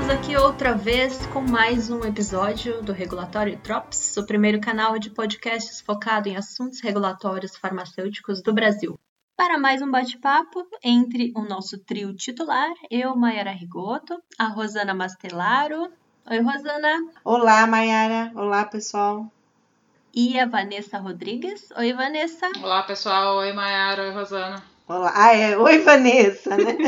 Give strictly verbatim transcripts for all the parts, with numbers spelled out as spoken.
Estamos aqui outra vez com mais um episódio do Regulatório Drops, o primeiro canal de podcasts focado em assuntos regulatórios farmacêuticos do Brasil. Para mais um bate-papo entre o nosso trio titular, eu, Mayara Rigoto, a Rosana Mastelaro. Oi, Rosana. Olá, Mayara. Olá, pessoal. E a Vanessa Rodrigues. Oi, Vanessa. Olá, pessoal. Oi, Mayara. Oi, Rosana. Olá. Ah, é. Oi, Vanessa, né?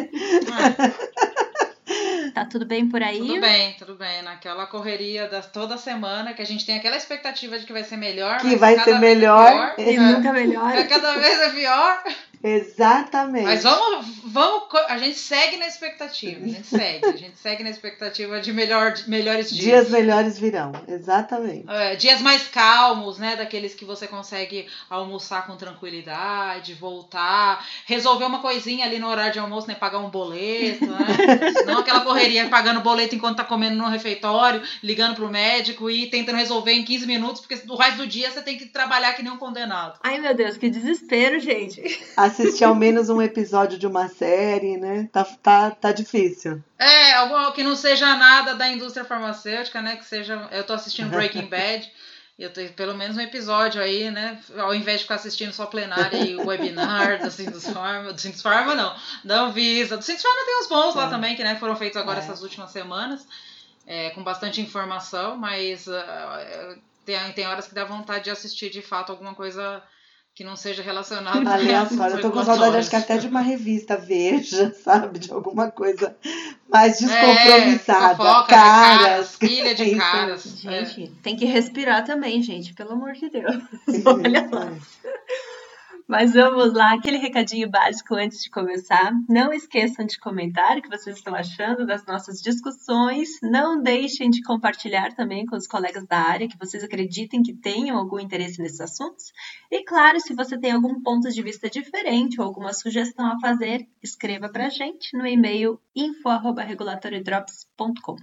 Tá tudo bem por aí? Tudo bem, tudo bem. Naquela correria da, toda semana, que a gente tem aquela expectativa de que vai ser melhor, que mas vai cada ser vez melhor. É pior. E É, nunca melhor. É, cada vez é pior. Exatamente. Mas vamos, vamos, a gente segue na expectativa, a gente segue, a gente segue na expectativa de melhor, melhores dias. Dias melhores virão, exatamente. É, dias mais calmos, né, daqueles que você consegue almoçar com tranquilidade, voltar, resolver uma coisinha ali no horário de almoço, né, pagar um boleto, né, não aquela correria pagando boleto enquanto tá comendo no refeitório, ligando pro médico e tentando resolver em quinze minutos, porque o resto do dia você tem que trabalhar que nem um condenado. Ai, meu Deus, que desespero, gente. Assistir ao menos um episódio de uma série, né? Tá, tá, tá difícil. É, algo que não seja nada da indústria farmacêutica, né? Que seja. Eu tô assistindo Breaking Bad. Eu tenho pelo menos um episódio aí, né? Ao invés de ficar assistindo só plenária e webinar do Sindusfarma, do Sindusfarma não, da Anvisa. Do Sindusfarma tem os bons lá é. também, que né, foram feitos agora é. essas últimas semanas, é, com bastante informação, mas uh, tem, tem horas que dá vontade de assistir de fato alguma coisa que não seja relacionado aleatório. Eu tô com saudade, acho que até de uma revista Veja, sabe? De alguma coisa mais descompromissada. É, fofoca, caras. De caras, ilha de caras. Gente, é. tem que respirar também, gente. Pelo amor de Deus. Olha lá. Mas vamos lá, aquele recadinho básico antes de começar. Não esqueçam de comentar o que vocês estão achando das nossas discussões. Não deixem de compartilhar também com os colegas da área que vocês acreditem que tenham algum interesse nesses assuntos. E claro, se você tem algum ponto de vista diferente ou alguma sugestão a fazer, escreva para a gente no e-mail info arroba regulatoriodrops ponto com.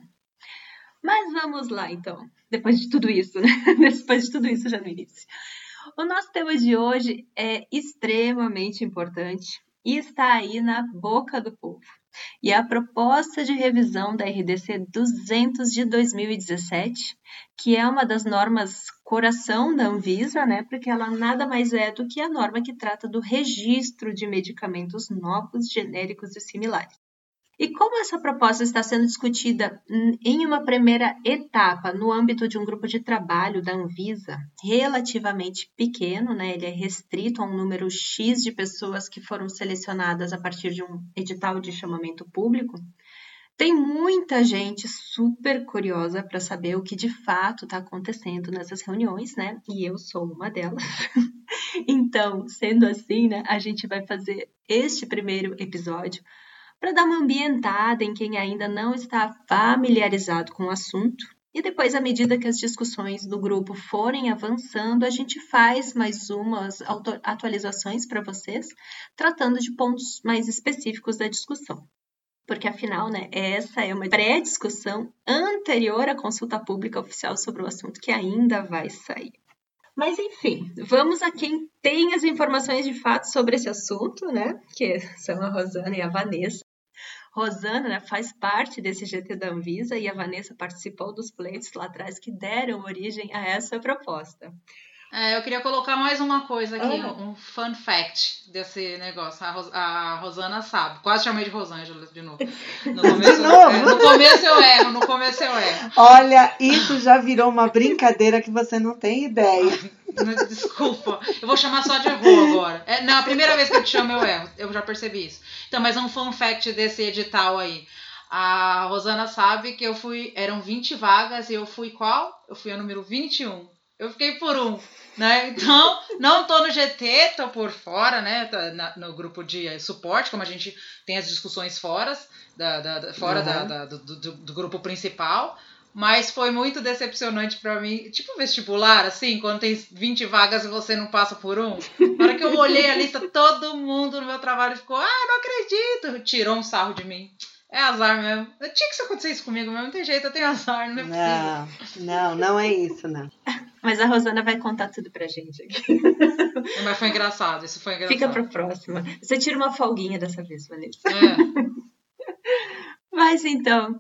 Mas vamos lá então, depois de tudo isso, né? Depois de tudo isso já no início. O nosso tema de hoje é extremamente importante e está aí na boca do povo. E é a proposta de revisão da R D C duzentos de dois mil e dezessete, que é uma das normas coração da Anvisa, né? Porque ela nada mais é do que a norma que trata do registro de medicamentos novos, genéricos e similares. E como essa proposta está sendo discutida em uma primeira etapa no âmbito de um grupo de trabalho da Anvisa, relativamente pequeno, né? Ele é restrito a um número X de pessoas que foram selecionadas a partir de um edital de chamamento público, tem muita gente super curiosa para saber o que de fato está acontecendo nessas reuniões, né? E eu sou uma delas. Então, sendo assim, né, a gente vai fazer este primeiro episódio para dar uma ambientada em quem ainda não está familiarizado com o assunto. E depois, à medida que as discussões do grupo forem avançando, a gente faz mais umas atualizações para vocês, tratando de pontos mais específicos da discussão. Porque, afinal, né, essa é uma pré-discussão anterior à consulta pública oficial sobre o assunto, que ainda vai sair. Mas, enfim, vamos a quem tem as informações de fato sobre esse assunto, né? Que são a Rosana e a Vanessa. Rosana, né, faz parte desse G T da Anvisa e a Vanessa participou dos pleitos lá atrás que deram origem a essa proposta. É, eu queria colocar mais uma coisa aqui, ah. um fun fact desse negócio. A, Ros- a Rosana sabe. Quase chamei de Rosângela de novo. No começo, de novo? É, no começo eu erro, no começo eu erro. Olha, isso já virou uma brincadeira que você não tem ideia. Ai, desculpa, eu vou chamar só de Rô agora. É, não, a primeira vez que eu te chamo eu erro, eu já percebi isso. Então, mas um fun fact desse edital aí. A Rosana sabe que eu fui, eram vinte vagas e eu fui qual? Eu fui a número vinte e um. Eu fiquei por um, né? Então, não tô no G T, tô por fora, né? Tô na, no grupo de suporte, como a gente tem as discussões fora, da, da, da, fora uhum. da, da, do, do, do grupo principal. Mas foi muito decepcionante pra mim, tipo vestibular, assim, quando tem vinte vagas e você não passa por um. Na hora que eu olhei a lista, todo mundo no meu trabalho ficou, ah, não acredito, tirou um sarro de mim. É azar mesmo. Tinha que isso acontecer isso comigo mesmo, não tem jeito, eu tenho azar, não é possível. Não, não, não é isso, não. Mas a Rosana vai contar tudo pra gente aqui. Mas foi engraçado, isso foi engraçado. Fica pra próxima. Você tira uma folguinha dessa vez, Vanessa. É. Mas então,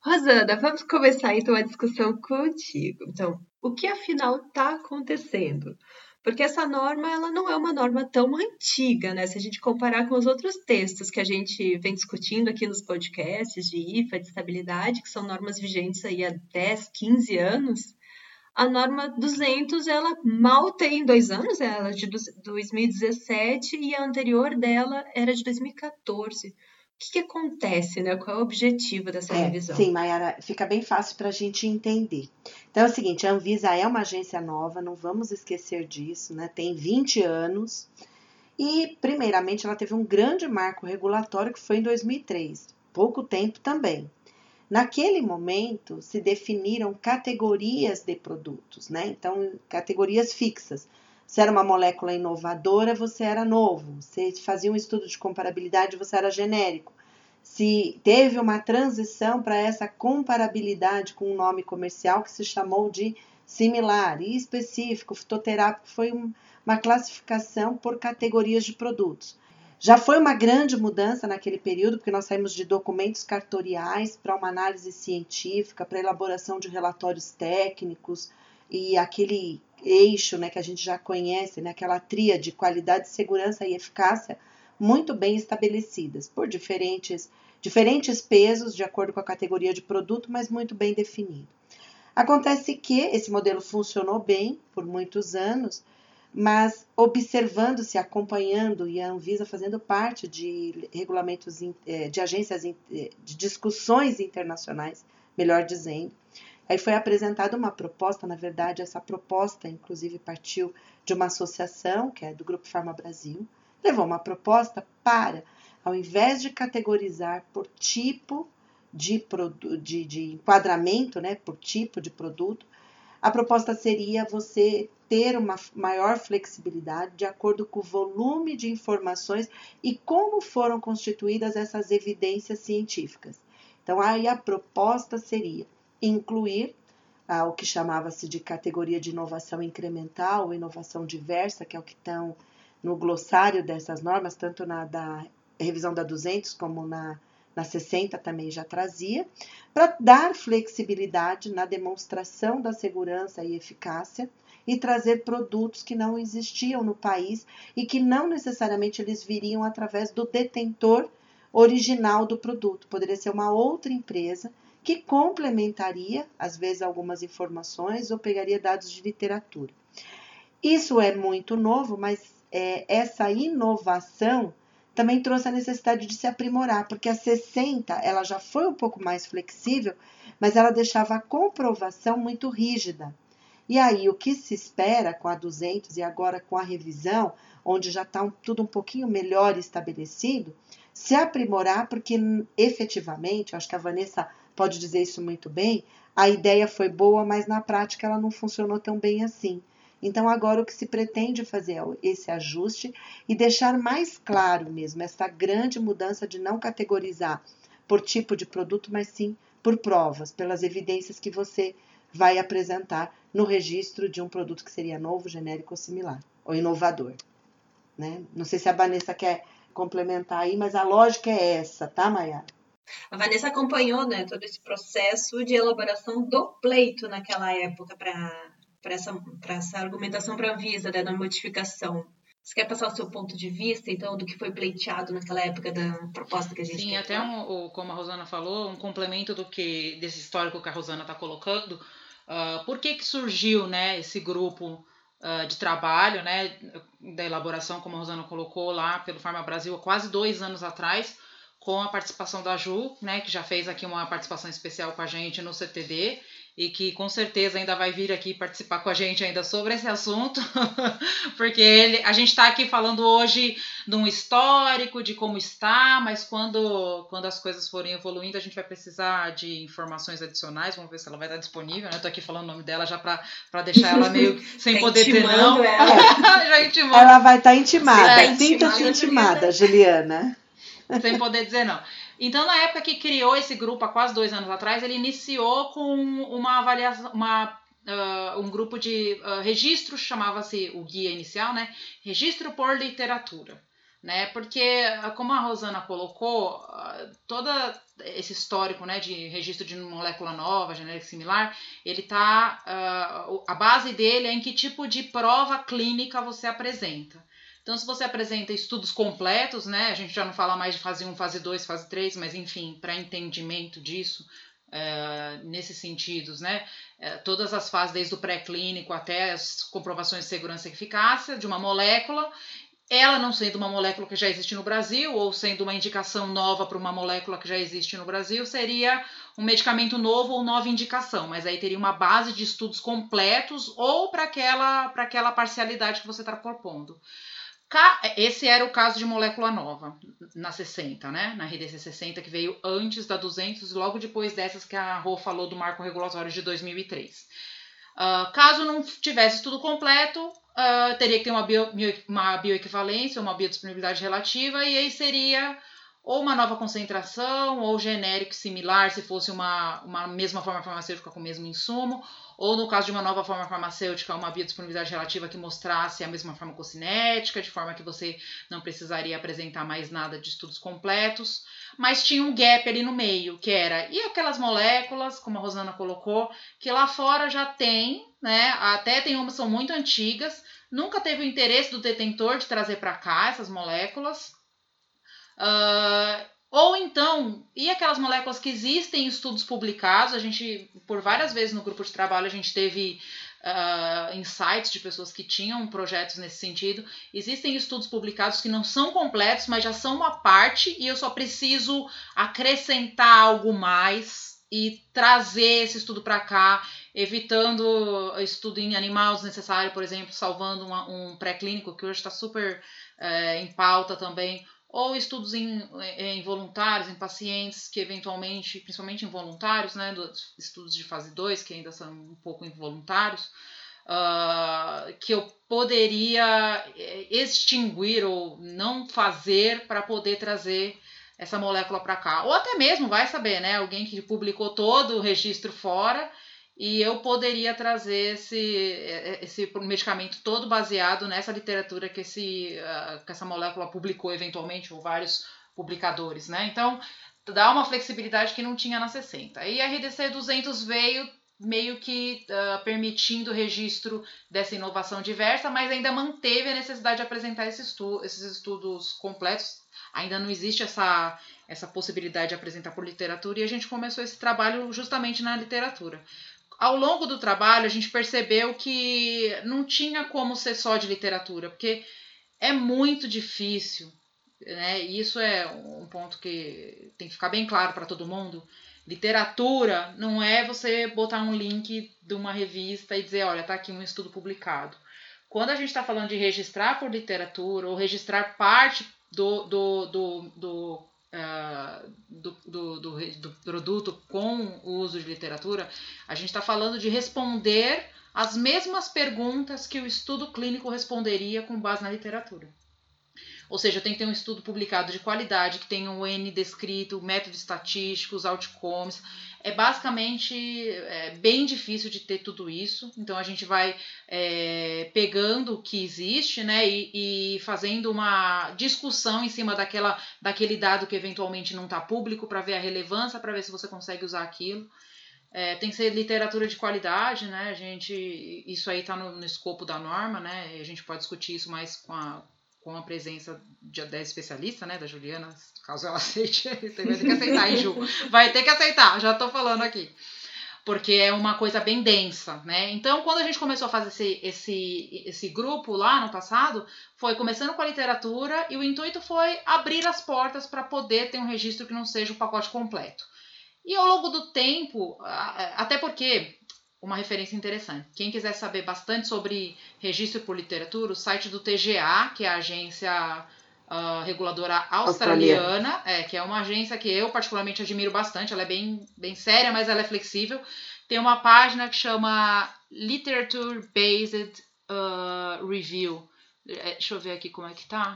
Rosana, vamos começar então a discussão contigo. Então, o que afinal está acontecendo? Porque essa norma, ela não é uma norma tão antiga, né? Se a gente comparar com os outros textos que a gente vem discutindo aqui nos podcasts de I F A, de estabilidade, que são normas vigentes aí há dez, quinze anos, a norma duzentos, ela mal tem dois anos, ela é de dois mil e dezessete e a anterior dela era de dois mil e quatorze. O que, que acontece, né? Qual é o objetivo dessa É, revisão? sim, Mayara, fica bem fácil para a gente entender. Então é o seguinte, a Anvisa é uma agência nova, não vamos esquecer disso, né? Tem vinte anos e, primeiramente, ela teve um grande marco regulatório que foi em dois mil e três, pouco tempo também. Naquele momento, se definiram categorias de produtos, né? Então, categorias fixas. Se era uma molécula inovadora, você era novo. Se fazia um estudo de comparabilidade, você era genérico. Se teve uma transição para essa comparabilidade com um nome comercial que se chamou de similar e específico, fitoterápico, foi um, uma classificação por categorias de produtos. Já foi uma grande mudança naquele período, porque nós saímos de documentos cartoriais para uma análise científica, para elaboração de relatórios técnicos e aquele eixo, né, que a gente já conhece, né, aquela tríade, qualidade, segurança e eficácia, muito bem estabelecidas, por diferentes, diferentes pesos, de acordo com a categoria de produto, mas muito bem definido. Acontece que esse modelo funcionou bem por muitos anos, mas observando-se, acompanhando e a Anvisa fazendo parte de regulamentos, de agências, de discussões internacionais, melhor dizendo, aí foi apresentada uma proposta, na verdade, essa proposta, inclusive, partiu de uma associação, que é do Grupo Pharma Brasil, levou uma proposta para, ao invés de categorizar por tipo de, de, de enquadramento, né, por tipo de produto, a proposta seria você ter uma maior flexibilidade de acordo com o volume de informações e como foram constituídas essas evidências científicas. Então, aí a proposta seria incluir ah, o que chamava-se de categoria de inovação incremental ou inovação diversa, que é o que estão no glossário dessas normas, tanto na da revisão da duzentos como na, na sessenta também já trazia, para dar flexibilidade na demonstração da segurança e eficácia e trazer produtos que não existiam no país e que não necessariamente eles viriam através do detentor original do produto. Poderia ser uma outra empresa que complementaria, às vezes, algumas informações ou pegaria dados de literatura. Isso é muito novo, mas é, essa inovação também trouxe a necessidade de se aprimorar, porque a sessenta ela já foi um pouco mais flexível, mas ela deixava a comprovação muito rígida. E aí, o que se espera com a duzentos e agora com a revisão, onde já está um, tudo um pouquinho melhor estabelecido, se aprimorar, porque efetivamente, acho que a Vanessa pode dizer isso muito bem, a ideia foi boa, mas na prática ela não funcionou tão bem assim. Então, agora o que se pretende fazer é esse ajuste e deixar mais claro mesmo essa grande mudança de não categorizar por tipo de produto, mas sim por provas, pelas evidências que você vai apresentar no registro de um produto que seria novo, genérico ou similar, ou inovador. Né? Não sei se a Vanessa quer complementar aí, mas a lógica é essa, tá, Mayara? A Vanessa acompanhou, né, todo esse processo de elaboração do pleito naquela época para para essa, essa argumentação para a Anvisa, né, da modificação. Você quer passar o seu ponto de vista, então, do que foi pleiteado naquela época da proposta que a gente Sim, tem? Até um, como a Rosana falou, um complemento do que desse histórico que a Rosana está colocando. Uh, por que que surgiu, né, esse grupo uh, de trabalho, né, da elaboração, como a Rosana colocou lá pelo Pharma Brasil há quase dois anos atrás, com a participação da Ju, né, que já fez aqui uma participação especial com a gente no C T D, e que com certeza ainda vai vir aqui participar com a gente ainda sobre esse assunto, porque ele, a gente está aqui falando hoje de um histórico, de como está, mas quando, quando as coisas forem evoluindo, a gente vai precisar de informações adicionais, vamos ver se ela vai estar disponível, né? Estou aqui falando o nome dela já para deixar ela meio sem poder dizer não. Ela. já ela vai estar intimada, é, sinta-se intimada, Juliana. Sem poder dizer não. Então, na época que criou esse grupo, há quase dois anos atrás, ele iniciou com uma avaliação, uma, uh, um grupo de uh, registros, chamava-se o guia inicial, né? Registro por literatura. né? Porque, como a Rosana colocou, todo esse histórico, né, de registro de molécula nova, genérica similar, ele tá, uh, a base dele é em que tipo de prova clínica você apresenta. Então, se você apresenta estudos completos, né, a gente já não fala mais de fase um, fase dois, fase três, mas enfim, para entendimento disso, uh, nesses sentidos, né, uh, todas as fases, desde o pré-clínico até as comprovações de segurança e eficácia de uma molécula, ela não sendo uma molécula que já existe no Brasil, ou sendo uma indicação nova para uma molécula que já existe no Brasil, seria um medicamento novo ou nova indicação, mas aí teria uma base de estudos completos ou para aquela, para aquela parcialidade que você está propondo. Esse era o caso de molécula nova, na sessenta, né? Na R D C sessenta, que veio antes da duzentos e logo depois dessas que a Rô falou do marco regulatório de dois mil e três. Uh, caso não tivesse estudo completo, uh, teria que ter uma, bio, uma bioequivalência, uma biodisponibilidade relativa, e aí seria ou uma nova concentração, ou genérico similar, se fosse uma, uma mesma forma farmacêutica com o mesmo insumo, ou no caso de uma nova forma farmacêutica, uma biodisponibilidade relativa que mostrasse a mesma farmacocinética, de forma que você não precisaria apresentar mais nada de estudos completos. Mas tinha um gap ali no meio, que era, e aquelas moléculas, como a Rosana colocou, que lá fora já tem, né, até tem umas que são muito antigas, nunca teve o interesse do detentor de trazer para cá essas moléculas. Uh, ou então, e aquelas moléculas que existem em estudos publicados, a gente, por várias vezes no grupo de trabalho, a gente teve uh, insights de pessoas que tinham projetos nesse sentido. Existem estudos publicados que não são completos, mas já são uma parte, e eu só preciso acrescentar algo mais e trazer esse estudo para cá, evitando estudo em animal desnecessário, por exemplo, salvando uma, um pré-clínico, que hoje está super uh, em pauta também, ou estudos em, em voluntários, em pacientes que eventualmente, principalmente involuntários, né, dos estudos de fase dois, que ainda são um pouco involuntários, uh, que eu poderia extinguir ou não fazer para poder trazer essa molécula para cá. Ou até mesmo, vai saber, né, alguém que publicou todo o registro fora, e eu poderia trazer esse, esse medicamento todo baseado nessa literatura que, esse, uh, que essa molécula publicou eventualmente, ou vários publicadores, né? Então, dá uma flexibilidade que não tinha na sessenta. E a R D C duzentos veio meio que uh, permitindo o registro dessa inovação diversa, mas ainda manteve a necessidade de apresentar esse estu- esses estudos completos. Ainda não existe essa, essa possibilidade de apresentar por literatura, e a gente começou esse trabalho justamente na literatura. Ao longo do trabalho, a gente percebeu que não tinha como ser só de literatura, porque é muito difícil, né? E isso é um ponto que tem que ficar bem claro para todo mundo. Literatura não é você botar um link de uma revista e dizer, olha, tá aqui um estudo publicado. Quando a gente está falando de registrar por literatura ou registrar parte do, do, do, do Uh, do, do, do, do produto com o uso de literatura, a gente está falando de responder as mesmas perguntas que o estudo clínico responderia com base na literatura. Ou seja, tem que ter um estudo publicado de qualidade, que tenha um N descrito, métodos estatísticos, outcomes. É basicamente é, bem difícil de ter tudo isso. Então, a gente vai é, pegando o que existe, né, e, e fazendo uma discussão em cima daquela, daquele dado que eventualmente não está público, para ver a relevância, para ver se você consegue usar aquilo. É, tem que ser literatura de qualidade, né? A gente, isso aí está no, no escopo da norma, né? A gente pode discutir isso mais com a com a presença de dez especialistas, né, da Juliana, caso ela aceite, vai ter que aceitar, hein, Ju? Vai ter que aceitar, já tô falando aqui. Porque é uma coisa bem densa, né? Então, quando a gente começou a fazer esse, esse, esse grupo lá no passado, foi começando com a literatura, e o intuito foi abrir as portas para poder ter um registro que não seja o pacote completo. E ao longo do tempo, até porque... Uma referência interessante. Quem quiser saber bastante sobre registro por literatura, o site do T G A, que é a agência uh, reguladora australiana, australiana. É, que é uma agência que eu particularmente admiro bastante. Ela é bem, bem séria, mas ela é flexível. Tem uma página que chama Literature Based uh, Review. É, deixa eu ver aqui como é que tá.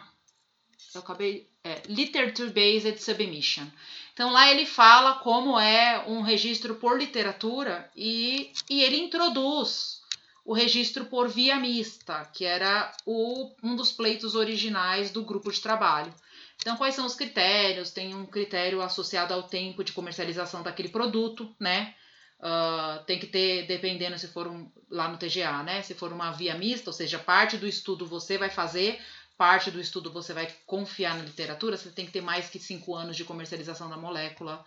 Eu acabei... É, Literature Based Submission. Então, lá ele fala como é um registro por literatura e, e ele introduz o registro por via mista, que era o, um dos pleitos originais do grupo de trabalho. Então, quais são os critérios? Tem um critério associado ao tempo de comercialização daquele produto, né? Uh, tem que ter, dependendo se for um, lá no T G A, né? Se for uma via mista, ou seja, parte do estudo você vai fazer, parte do estudo você vai confiar na literatura, você tem que ter mais que cinco anos de comercialização da molécula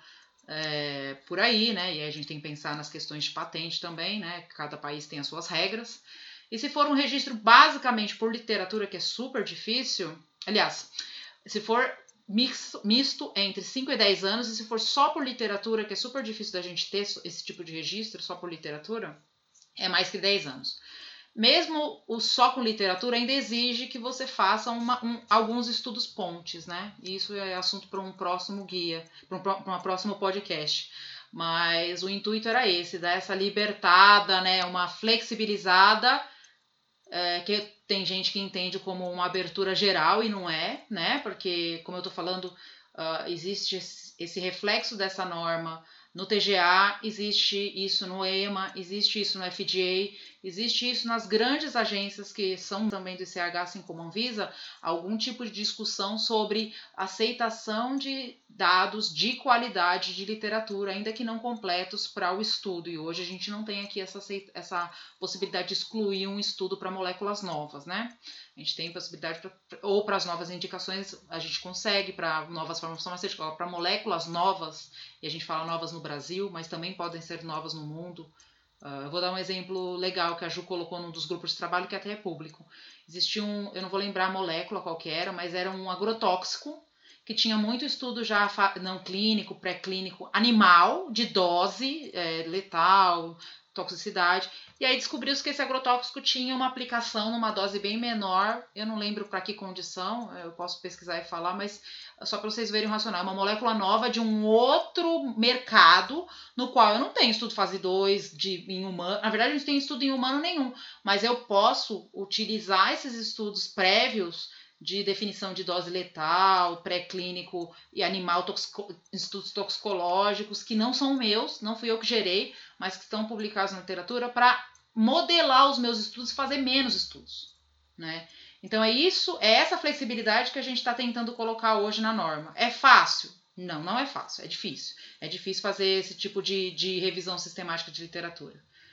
é, por aí, né? E aí a gente tem que pensar nas questões de patente também, né? Cada país tem as suas regras. E se for um registro basicamente por literatura, que é super difícil, aliás, se for mix, misto entre cinco e dez anos, e se for só por literatura, que é super difícil da gente ter esse tipo de registro, só por literatura, é mais que dez anos. Mesmo o só com literatura ainda exige que você faça uma, um, alguns estudos pontes, né? E isso é assunto para um próximo guia, para um, um próximo podcast. Mas o intuito era esse, dar essa libertada, né? Uma flexibilizada, é, que tem gente que entende como uma abertura geral e não é, né? Porque, como eu estou falando, uh, existe esse reflexo dessa norma no T G A, existe isso no EMA, existe isso no F D A, existe isso nas grandes agências que são também do I C H, assim como a Anvisa, algum tipo de discussão sobre aceitação de dados de qualidade de literatura, ainda que não completos, para o estudo. E hoje a gente não tem aqui essa, essa possibilidade de excluir um estudo para moléculas novas, né? A gente tem possibilidade, pra, ou para as novas indicações, a gente consegue para novas formas farmacêuticas, para moléculas novas, e a gente fala novas no Brasil, mas também podem ser novas no mundo. Uh, eu vou dar um exemplo legal que a Ju colocou num dos grupos de trabalho, que até é público. Existia um, eu não vou lembrar a molécula qual que era, mas era um agrotóxico, que tinha muito estudo já não clínico, pré-clínico, animal, de dose é, letal, toxicidade, e aí descobriu-se que esse agrotóxico tinha uma aplicação numa dose bem menor, eu não lembro para que condição, eu posso pesquisar e falar, mas só para vocês verem o racional, uma molécula nova de um outro mercado, no qual eu não tenho estudo fase dois de, em humano, na verdade não tem estudo em humano nenhum, mas eu posso utilizar esses estudos prévios de definição de dose letal, pré-clínico e animal, toxico, estudos toxicológicos, que não são meus, não fui eu que gerei, mas que estão publicados na literatura, para modelar os meus estudos e fazer menos estudos, né? Então é isso, é essa flexibilidade que a gente está tentando colocar hoje na norma. É fácil? Não, não é fácil, é difícil. É difícil fazer esse tipo de, de revisão sistemática de literatura.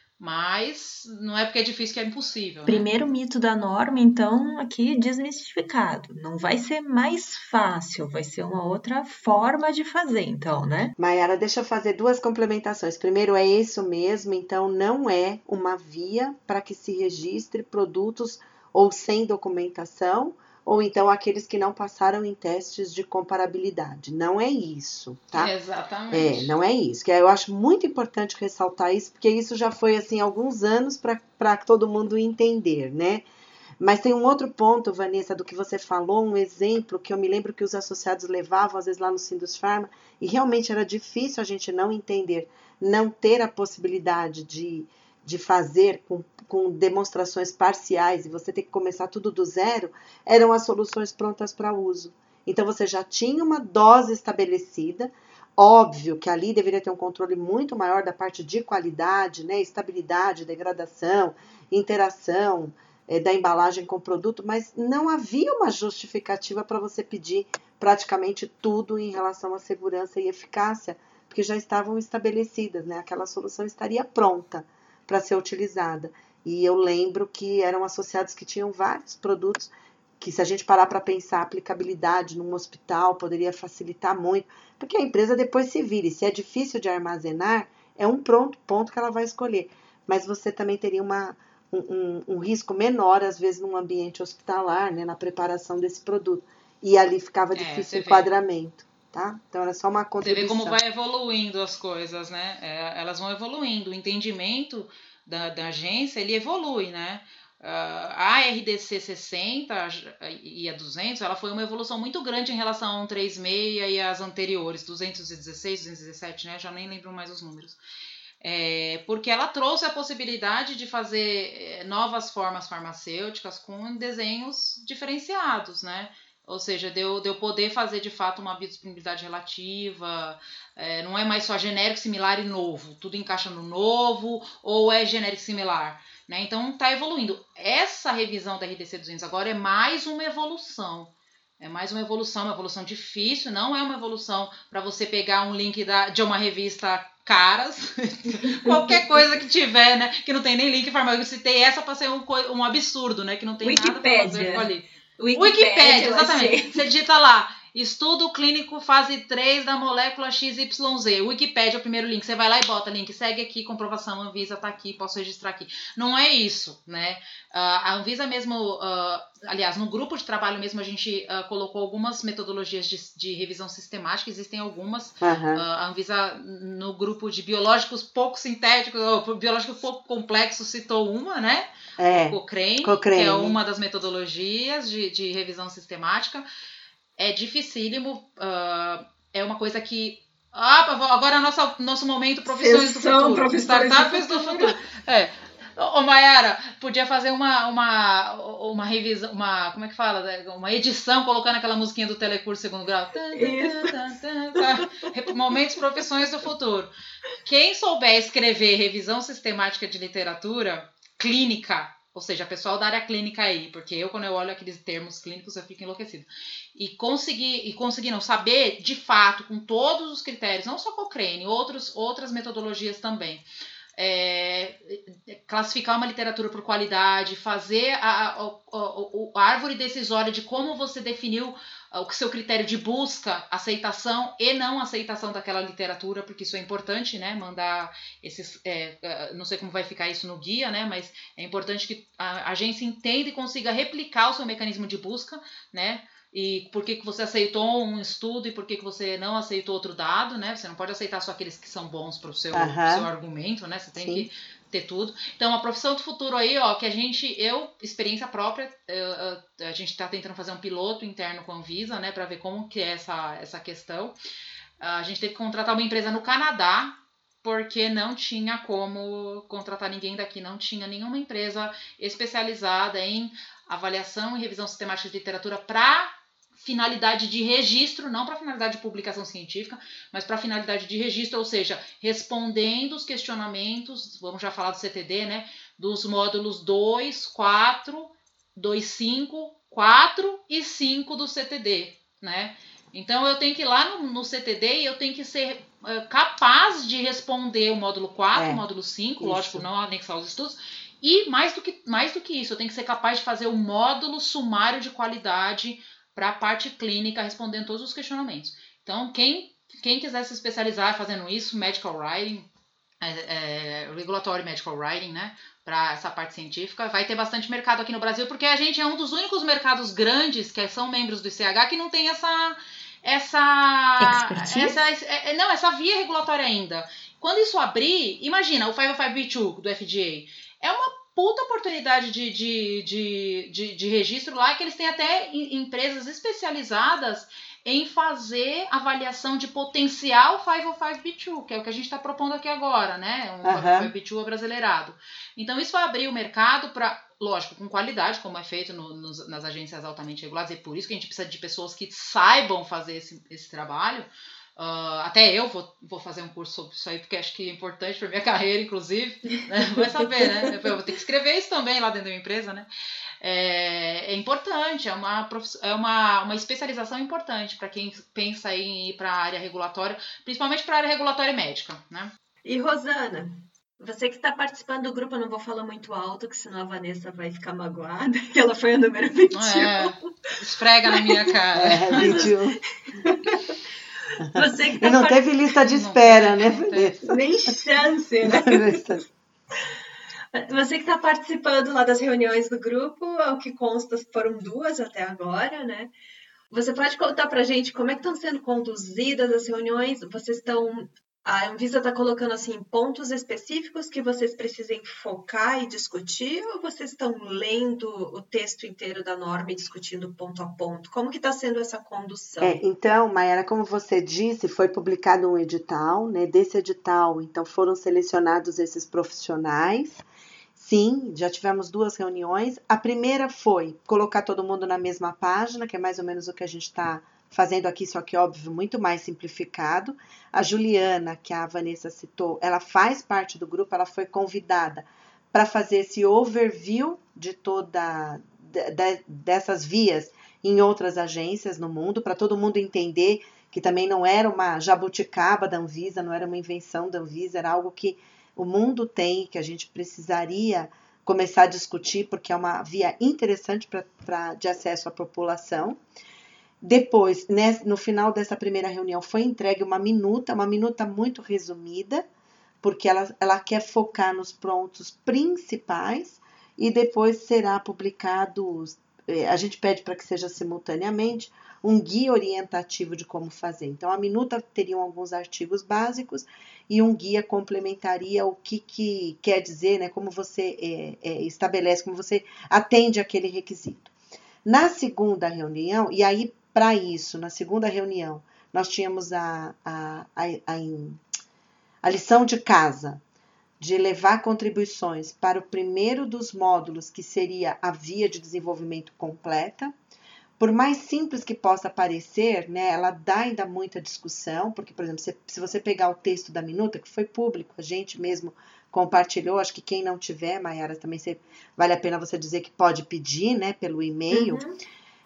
Mas não é porque é difícil que é impossível, né? Primeiro mito da norma, então, aqui desmistificado. Não vai ser mais fácil, vai ser uma outra forma de fazer, então, né? Maiara, deixa eu fazer duas complementações. Primeiro, é isso mesmo, então não é uma via para que se registre produtos ou sem documentação, ou então aqueles que não passaram em testes de comparabilidade. Não é isso, tá? Exatamente. É, não é isso. Que eu acho muito importante ressaltar isso, porque isso já foi, assim, alguns anos para todo mundo entender, né? Mas tem um outro ponto, Vanessa, do que você falou, um exemplo que eu me lembro que os associados levavam, às vezes, lá no Sindusfarma, e realmente era difícil a gente não entender, não ter a possibilidade de, de fazer com, com demonstrações parciais, e você ter que começar tudo do zero, eram as soluções prontas para uso. Então, você já tinha uma dose estabelecida. Óbvio que ali deveria ter um controle muito maior da parte de qualidade, né, estabilidade, degradação, interação é, da embalagem com o produto, mas não havia uma justificativa para você pedir praticamente tudo em relação à segurança e eficácia, porque já estavam estabelecidas, né, aquela solução estaria pronta para ser utilizada. E eu lembro que eram associados que tinham vários produtos que, se a gente parar para pensar a aplicabilidade num hospital, poderia facilitar muito, porque a empresa depois se vira, e se é difícil de armazenar, é um pronto ponto que ela vai escolher, mas você também teria uma, um, um, um risco menor, às vezes, num ambiente hospitalar, né, na preparação desse produto, e ali ficava difícil o é, enquadramento, tá? Então era só uma contribuição. Você vê como vai evoluindo as coisas, né? É, elas vão evoluindo, o entendimento da, da agência, ele evolui, né? Uh, a R D C sessenta e a duzentos, ela foi uma evolução muito grande em relação a cento e trinta e seis e as anteriores, duzentos e dezesseis, duzentos e dezessete, né? Já nem lembro mais os números. É, porque ela trouxe a possibilidade de fazer novas formas farmacêuticas com desenhos diferenciados, né? Ou seja, deu, deu poder fazer de fato uma biodisponibilidade relativa, é, não é mais só genérico, similar e novo, tudo encaixa no novo, ou é genérico similar. né? Então está evoluindo. Essa revisão da R D C duzentos agora é mais uma evolução. É mais uma evolução, uma evolução difícil, não é uma evolução para você pegar um link da, de uma revista caras, qualquer coisa que tiver, né? Que não tem nem link farmacêutico. Eu citei essa para ser um, um absurdo, né? Que não tem Wikipédia. nada farmacêutico ali. Wikipédia, Wikipédia, exatamente. Você digita lá, estudo clínico fase três da molécula X Y Z. Wikipédia é o primeiro link. Você vai lá e bota link, segue aqui, comprovação, Anvisa tá aqui, posso registrar aqui. Não é isso, né? Uh, a Anvisa mesmo, uh, aliás, no grupo de trabalho mesmo, a gente uh, colocou algumas metodologias de, de revisão sistemática, existem algumas. Uhum. Uh, a Anvisa, no grupo de biológicos pouco sintéticos, ou biológicos pouco complexos, citou uma, né? É, Cochrane, Cochrane, que é uma das metodologias de, de revisão sistemática. É dificílimo, uh, é uma coisa que... Ah, agora é nosso, nosso momento profissões do futuro. Profissões Startups do do futuro. É. Ô, Mayara, podia fazer uma, uma, uma revisão, uma, como é que fala? Uma edição colocando aquela musiquinha do Telecurso Segundo Grau. Isso. Momentos profissões do futuro. Quem souber escrever revisão sistemática de literatura clínica, ou seja, pessoal da área clínica aí, porque eu, quando eu olho aqueles termos clínicos, eu fico enlouquecido. E conseguir, e conseguir não saber, de fato, com todos os critérios, não só Cochrane, outros, outras metodologias também, é, classificar uma literatura por qualidade, fazer a, a, a, a árvore decisória de como você definiu o seu critério de busca, aceitação e não aceitação daquela literatura, porque isso é importante, né? Mandar esses... É, não sei como vai ficar isso no guia, né? Mas é importante que a agência entenda e consiga replicar o seu mecanismo de busca, né? E por que, que você aceitou um estudo e por que, que você não aceitou outro dado, né? Você não pode aceitar só aqueles que são bons para o seu, Uhum. seu argumento, né? Você tem Sim. que ter tudo. Então, a profissão do futuro aí, ó, que a gente, eu, experiência própria, eu, a gente está tentando fazer um piloto interno com a Anvisa, né? Para ver como que é essa, essa questão. A gente teve que contratar uma empresa no Canadá, porque não tinha como contratar ninguém daqui, não tinha nenhuma empresa especializada em avaliação e revisão sistemática de literatura para finalidade de registro, não para finalidade de publicação científica, mas para finalidade de registro, ou seja, respondendo os questionamentos, vamos já falar do C T D, né, dos módulos dois, quatro, dois, cinco, quatro e cinco do C T D, né? Então eu tenho que ir lá no, no C T D e eu tenho que ser uh, capaz de responder o módulo quatro, É, o módulo cinco, isso. lógico, não anexar os estudos, e mais do que, mais do que isso, eu tenho que ser capaz de fazer o módulo sumário de qualidade para a parte clínica, respondendo todos os questionamentos. Então, quem, quem quiser se especializar fazendo isso, medical writing, é, é, regulatory medical writing, né, para essa parte científica, vai ter bastante mercado aqui no Brasil, porque a gente é um dos únicos mercados grandes que são membros do I C H que não tem essa essa, essa é, não, essa via regulatória ainda. Quando isso abrir, imagina, o quinhentos e cinco B dois do F D A é uma puta oportunidade de, de, de, de, de registro lá, que eles têm até empresas especializadas em fazer avaliação de potencial quinhentos e cinco B dois, que é o que a gente está propondo aqui agora, né? Um Uhum. quinhentos e cinco B dois abrasileirado. Então, isso vai abrir o mercado para, lógico, com qualidade, como é feito no, nos, nas agências altamente reguladas, e por isso que a gente precisa de pessoas que saibam fazer esse, esse trabalho. Uh, até eu vou, vou fazer um curso sobre isso aí, porque acho que é importante para minha carreira, inclusive, né? Vai saber, né? Eu vou ter que escrever isso também lá dentro da minha empresa, né? É, é importante, é, uma, é uma, uma especialização importante para quem pensa em ir para a área regulatória, principalmente para a área regulatória médica, né? E Rosana, você que está participando do grupo, eu não vou falar muito alto, que senão a Vanessa vai ficar magoada, que ela foi a número vinte e um. É, esfrega na minha cara. É, vinte e um. Você que tá e não part... teve lista de espera, não, né, Vanessa? Nem chance, né? Você que está participando lá das reuniões do grupo, ao que consta foram duas até agora, né? Você pode contar pra gente como é que estão sendo conduzidas as reuniões? Vocês estão... A Anvisa está colocando assim pontos específicos que vocês precisem focar e discutir, ou vocês estão lendo o texto inteiro da norma e discutindo ponto a ponto? Como que está sendo essa condução? É, então, Mayara, como você disse, foi publicado um edital, né? Desse edital, então foram selecionados esses profissionais. Sim, já tivemos duas reuniões. A primeira foi colocar todo mundo na mesma página, que é mais ou menos o que a gente está fazendo aqui, só que, óbvio, muito mais simplificado. A Juliana, que a Vanessa citou, ela faz parte do grupo, ela foi convidada para fazer esse overview de toda de, dessas vias em outras agências no mundo, para todo mundo entender que também não era uma jabuticaba da Anvisa, não era uma invenção da Anvisa, era algo que o mundo tem, que a gente precisaria começar a discutir, porque é uma via interessante pra, pra, de acesso à população. Depois, né, no final dessa primeira reunião, foi entregue uma minuta, uma minuta muito resumida, porque ela, ela quer focar nos pontos principais, e depois será publicado, a gente pede para que seja simultaneamente, um guia orientativo de como fazer. Então, a minuta teriam alguns artigos básicos e um guia complementaria o que, que quer dizer, né, como você é, é, estabelece, como você atende aquele requisito. Na segunda reunião, e aí para isso, na segunda reunião, nós tínhamos a, a, a, a, a lição de casa, de levar contribuições para o primeiro dos módulos, que seria a via de desenvolvimento completa. Por mais simples que possa parecer, né, ela dá ainda muita discussão, porque, por exemplo, se, se você pegar o texto da minuta, que foi público, a gente mesmo compartilhou, acho que quem não tiver, Mayara, também você, vale a pena você dizer que pode pedir, né, pelo e-mail. Uhum.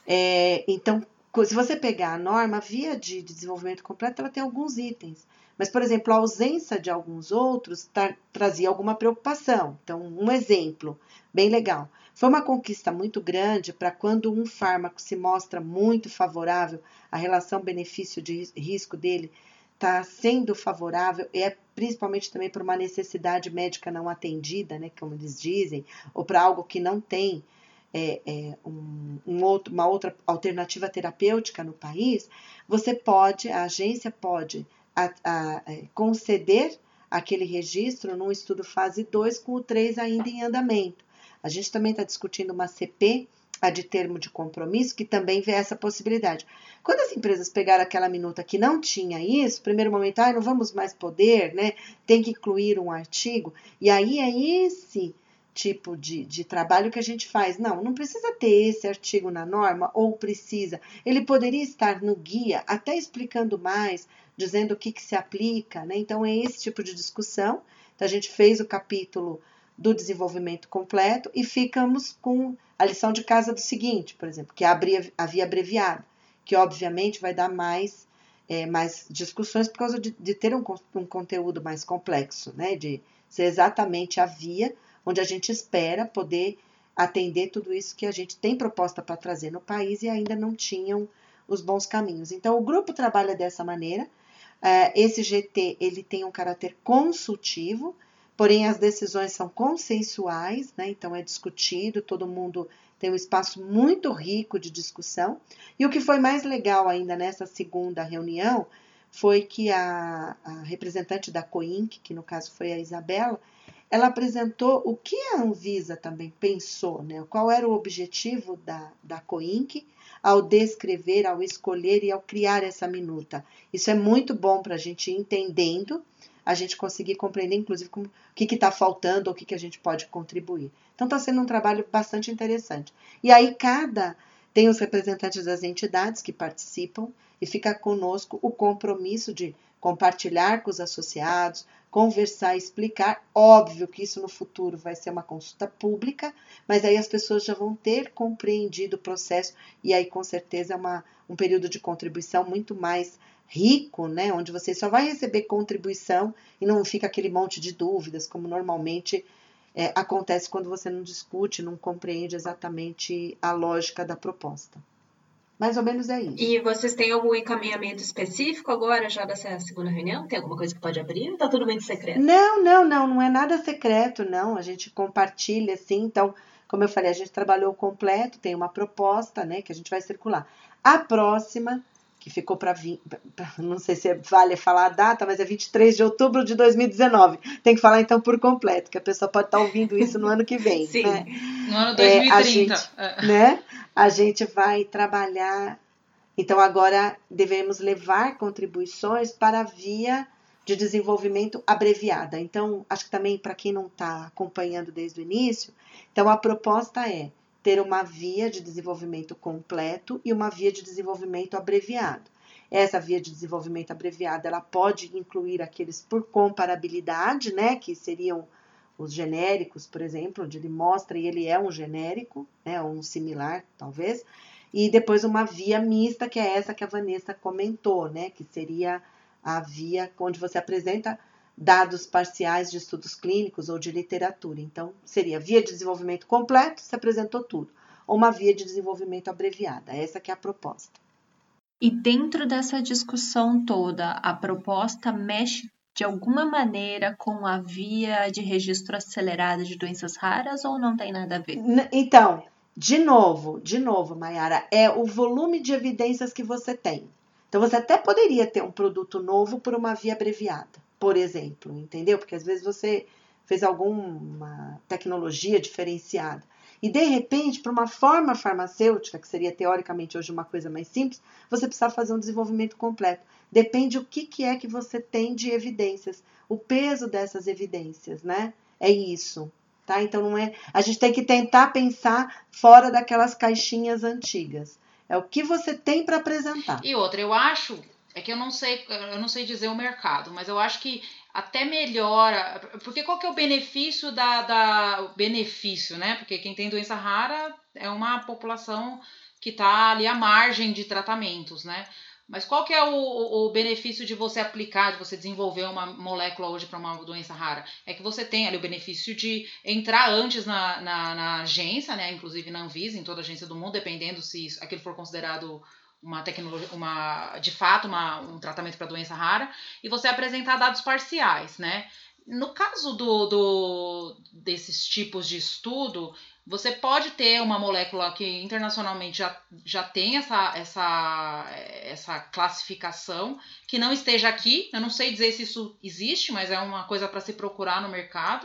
É, então, se você pegar a norma, a via de, de desenvolvimento completo, ela tem alguns itens. Mas, por exemplo, a ausência de alguns outros tá, trazia alguma preocupação. Então, um exemplo bem legal. Foi uma conquista muito grande para quando um fármaco se mostra muito favorável, a relação benefício de risco dele está sendo favorável, e é principalmente também por uma necessidade médica não atendida, né, como eles dizem, ou para algo que não tem é, é, um, um outro, uma outra alternativa terapêutica no país, você pode, a agência pode a, a, a conceder aquele registro num estudo fase dois com o três ainda em andamento. A gente também está discutindo uma C P, a de termo de compromisso, que também vê essa possibilidade. Quando as empresas pegaram aquela minuta que não tinha isso, primeiro momento, ah, não vamos mais poder, né? Tem que incluir um artigo, e aí é esse tipo de, de trabalho que a gente faz. Não, não precisa ter esse artigo na norma, ou precisa. Ele poderia estar no guia, até explicando mais, dizendo o que, que se aplica, né? Então, é esse tipo de discussão. Então, a gente fez o capítulo do desenvolvimento completo e ficamos com a lição de casa do seguinte, por exemplo, que é a via abreviada, que obviamente vai dar mais, é, mais discussões por causa de, de ter um, um conteúdo mais complexo, né? De ser exatamente a via onde a gente espera poder atender tudo isso que a gente tem proposta para trazer no país e ainda não tinham os bons caminhos. Então, o grupo trabalha dessa maneira. Esse G T ele tem um caráter consultivo, porém as decisões são consensuais, né? Então é discutido, todo mundo tem um espaço muito rico de discussão. E o que foi mais legal ainda nessa segunda reunião foi que a, a representante da COINC, que no caso foi a Isabela, ela apresentou o que a Anvisa também pensou, né? Qual era o objetivo da, da COINC ao descrever, ao escolher e ao criar essa minuta. Isso é muito bom para a gente ir entendendo, a gente conseguir compreender, inclusive, como, o que está faltando, ou o que, que a gente pode contribuir. Então, está sendo um trabalho bastante interessante. E aí, cada... Tem os representantes das entidades que participam e fica conosco o compromisso de compartilhar com os associados, conversar, explicar. Óbvio que isso no futuro vai ser uma consulta pública, mas aí as pessoas já vão ter compreendido o processo e aí com certeza é uma, um período de contribuição muito mais rico, né? Onde você só vai receber contribuição e não fica aquele monte de dúvidas, como normalmente é, acontece quando você não discute, não compreende exatamente a lógica da proposta. Mais ou menos é isso. E vocês têm algum encaminhamento específico agora, já dessa segunda reunião? Tem alguma coisa que pode abrir ou tá tudo muito secreto? Não, não, não, não é nada secreto, não. A gente compartilha, assim, então, como eu falei, a gente trabalhou completo, tem uma proposta, né, que a gente vai circular. A próxima, que ficou para vir, não sei se vale falar a data, mas é vinte e três de outubro de dois mil e dezenove. Tem que falar, então, por completo, que a pessoa pode estar ouvindo isso no ano que vem. Sim, né? No ano dois mil e trinta. É, a gente, né? A gente vai trabalhar, então agora devemos levar contribuições para a via de desenvolvimento abreviada. Então, acho que também para quem não está acompanhando desde o início, então a proposta é ter uma via de desenvolvimento completo e uma via de desenvolvimento abreviado. Essa via de desenvolvimento abreviado, ela pode incluir aqueles por comparabilidade, né, que seriam os genéricos, por exemplo, onde ele mostra e ele é um genérico, né, ou um similar, talvez, e depois uma via mista, que é essa que a Vanessa comentou, né, que seria a via onde você apresenta dados parciais de estudos clínicos ou de literatura. Então, seria via de desenvolvimento completo, você apresentou tudo, ou uma via de desenvolvimento abreviada, essa que é a proposta. E dentro dessa discussão toda, a proposta mexe de alguma maneira com a via de registro acelerado de doenças raras ou não tem nada a ver? Então, de novo, de novo, Mayara, é o volume de evidências que você tem. Então, você até poderia ter um produto novo por uma via abreviada, por exemplo, entendeu? Porque às vezes você fez alguma tecnologia diferenciada. E, de repente, para uma forma farmacêutica, que seria teoricamente hoje uma coisa mais simples, você precisa fazer um desenvolvimento completo. Depende o que, que é que você tem de evidências, o peso dessas evidências, né? É isso, tá? Então, não é, a gente tem que tentar pensar fora daquelas caixinhas antigas. É o que você tem para apresentar. E outra, eu acho, é que eu não sei, eu não sei dizer o mercado, mas eu acho que até melhora, porque qual que é o benefício da, da o benefício, né? Porque quem tem doença rara é uma população que está ali à margem de tratamentos, né? Mas qual que é o, o benefício de você aplicar, de você desenvolver uma molécula hoje para uma doença rara? É que você tem ali o benefício de entrar antes na, na, na agência, né? Inclusive na Anvisa, em toda agência do mundo, dependendo se aquilo for considerado uma tecnologia, uma, de fato, uma, um tratamento para doença rara, e você apresentar dados parciais, né? No caso do, do, desses tipos de estudo, você pode ter uma molécula que internacionalmente já, já tem essa, essa, essa classificação, que não esteja aqui. Eu não sei dizer se isso existe, mas é uma coisa para se procurar no mercado.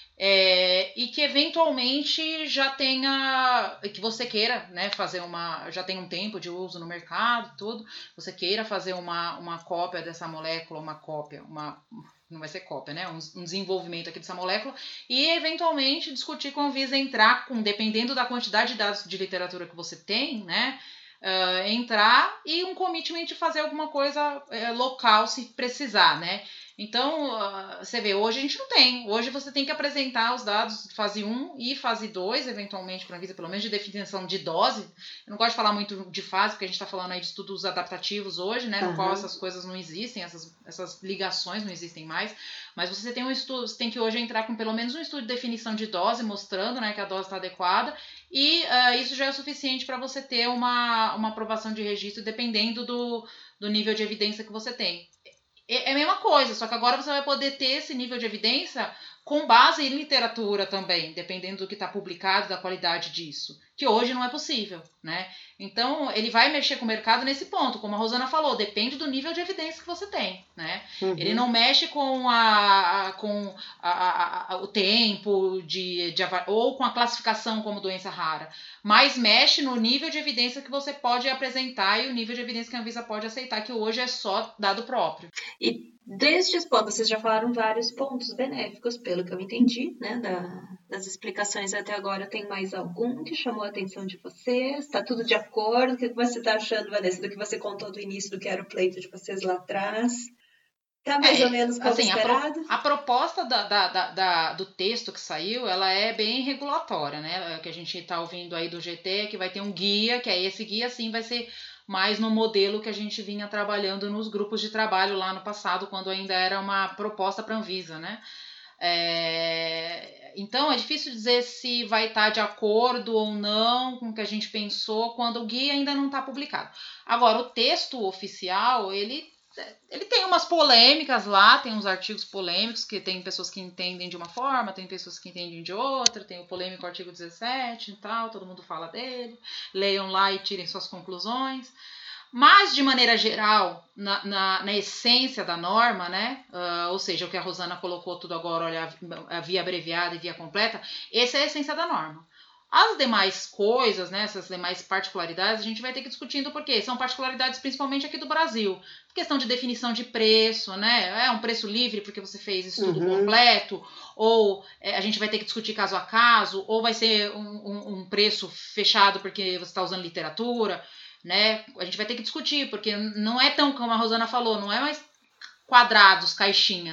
É, e que eventualmente já tenha, que você queira, né, fazer uma, já tem um tempo de uso no mercado, tudo, você queira fazer uma, uma cópia dessa molécula, uma cópia, uma, não vai ser cópia, né, um, um desenvolvimento aqui dessa molécula, e eventualmente discutir com a Anvisa, entrar com, dependendo da quantidade de dados de literatura que você tem, né, uh, entrar e um commitment de fazer alguma coisa uh, local se precisar, né. Então, uh, você vê, hoje a gente não tem. Hoje você tem que apresentar os dados de fase um e fase dois, eventualmente, para a Anvisa, pelo menos de definição de dose. Eu não gosto de falar muito de fase, porque a gente está falando aí de estudos adaptativos hoje, né? No uhum. qual essas coisas não existem, essas, essas ligações não existem mais. Mas você tem um estudo, você tem que hoje entrar com pelo menos um estudo de definição de dose, mostrando, né, que a dose está adequada. E uh, isso já é o suficiente para você ter uma, uma aprovação de registro, dependendo do, do nível de evidência que você tem. É a mesma coisa, só que agora você vai poder ter esse nível de evidência com base em literatura também, dependendo do que está publicado, da qualidade disso, que hoje não é possível, né? Então, ele vai mexer com o mercado nesse ponto, como a Rosana falou, depende do nível de evidência que você tem, né? Uhum. Ele não mexe com, a, a, com a, a, a, o tempo de, de, ou com a classificação como doença rara, mas mexe no nível de evidência que você pode apresentar e o nível de evidência que a Anvisa pode aceitar, que hoje é só dado próprio. E desde os pontos, vocês já falaram vários pontos benéficos, pelo que eu entendi, né, da, das explicações até agora. Tem mais algum que chamou a atenção de vocês? Está tudo de acordo? O que você está achando, Vanessa, do que você contou do início, do que era o pleito de vocês lá atrás? Está mais é, ou menos como assim, esperado? A, pro, a proposta da, da, da, da, do texto que saiu, ela é bem regulatória, né? O que a gente está ouvindo aí do G T é que vai ter um guia, que aí esse guia, sim, vai ser mais no modelo que a gente vinha trabalhando nos grupos de trabalho lá no passado, quando ainda era uma proposta para a Anvisa, né? É, então, é difícil dizer se vai estar de acordo ou não com o que a gente pensou quando o guia ainda não está publicado. Agora, o texto oficial, ele, ele tem umas polêmicas lá, tem uns artigos polêmicos, que tem pessoas que entendem de uma forma, tem pessoas que entendem de outra, tem o polêmico artigo dezessete e tal, todo mundo fala dele, leiam lá e tirem suas conclusões. Mas, de maneira geral, na, na, na essência da norma, né, uh, ou seja, o que a Rosana colocou tudo agora, olha, a, a via abreviada e via completa, essa é a essência da norma. As demais coisas, né, essas demais particularidades, a gente vai ter que ir discutindo porque são particularidades principalmente aqui do Brasil. Questão de definição de preço, né, é um preço livre porque você fez estudo uhum. completo, ou é, a gente vai ter que discutir caso a caso, ou vai ser um, um, um preço fechado porque você está usando literatura, né? A gente vai ter que discutir, porque não é tão, como a Rosana falou, não é mais quadrados, caixinhas.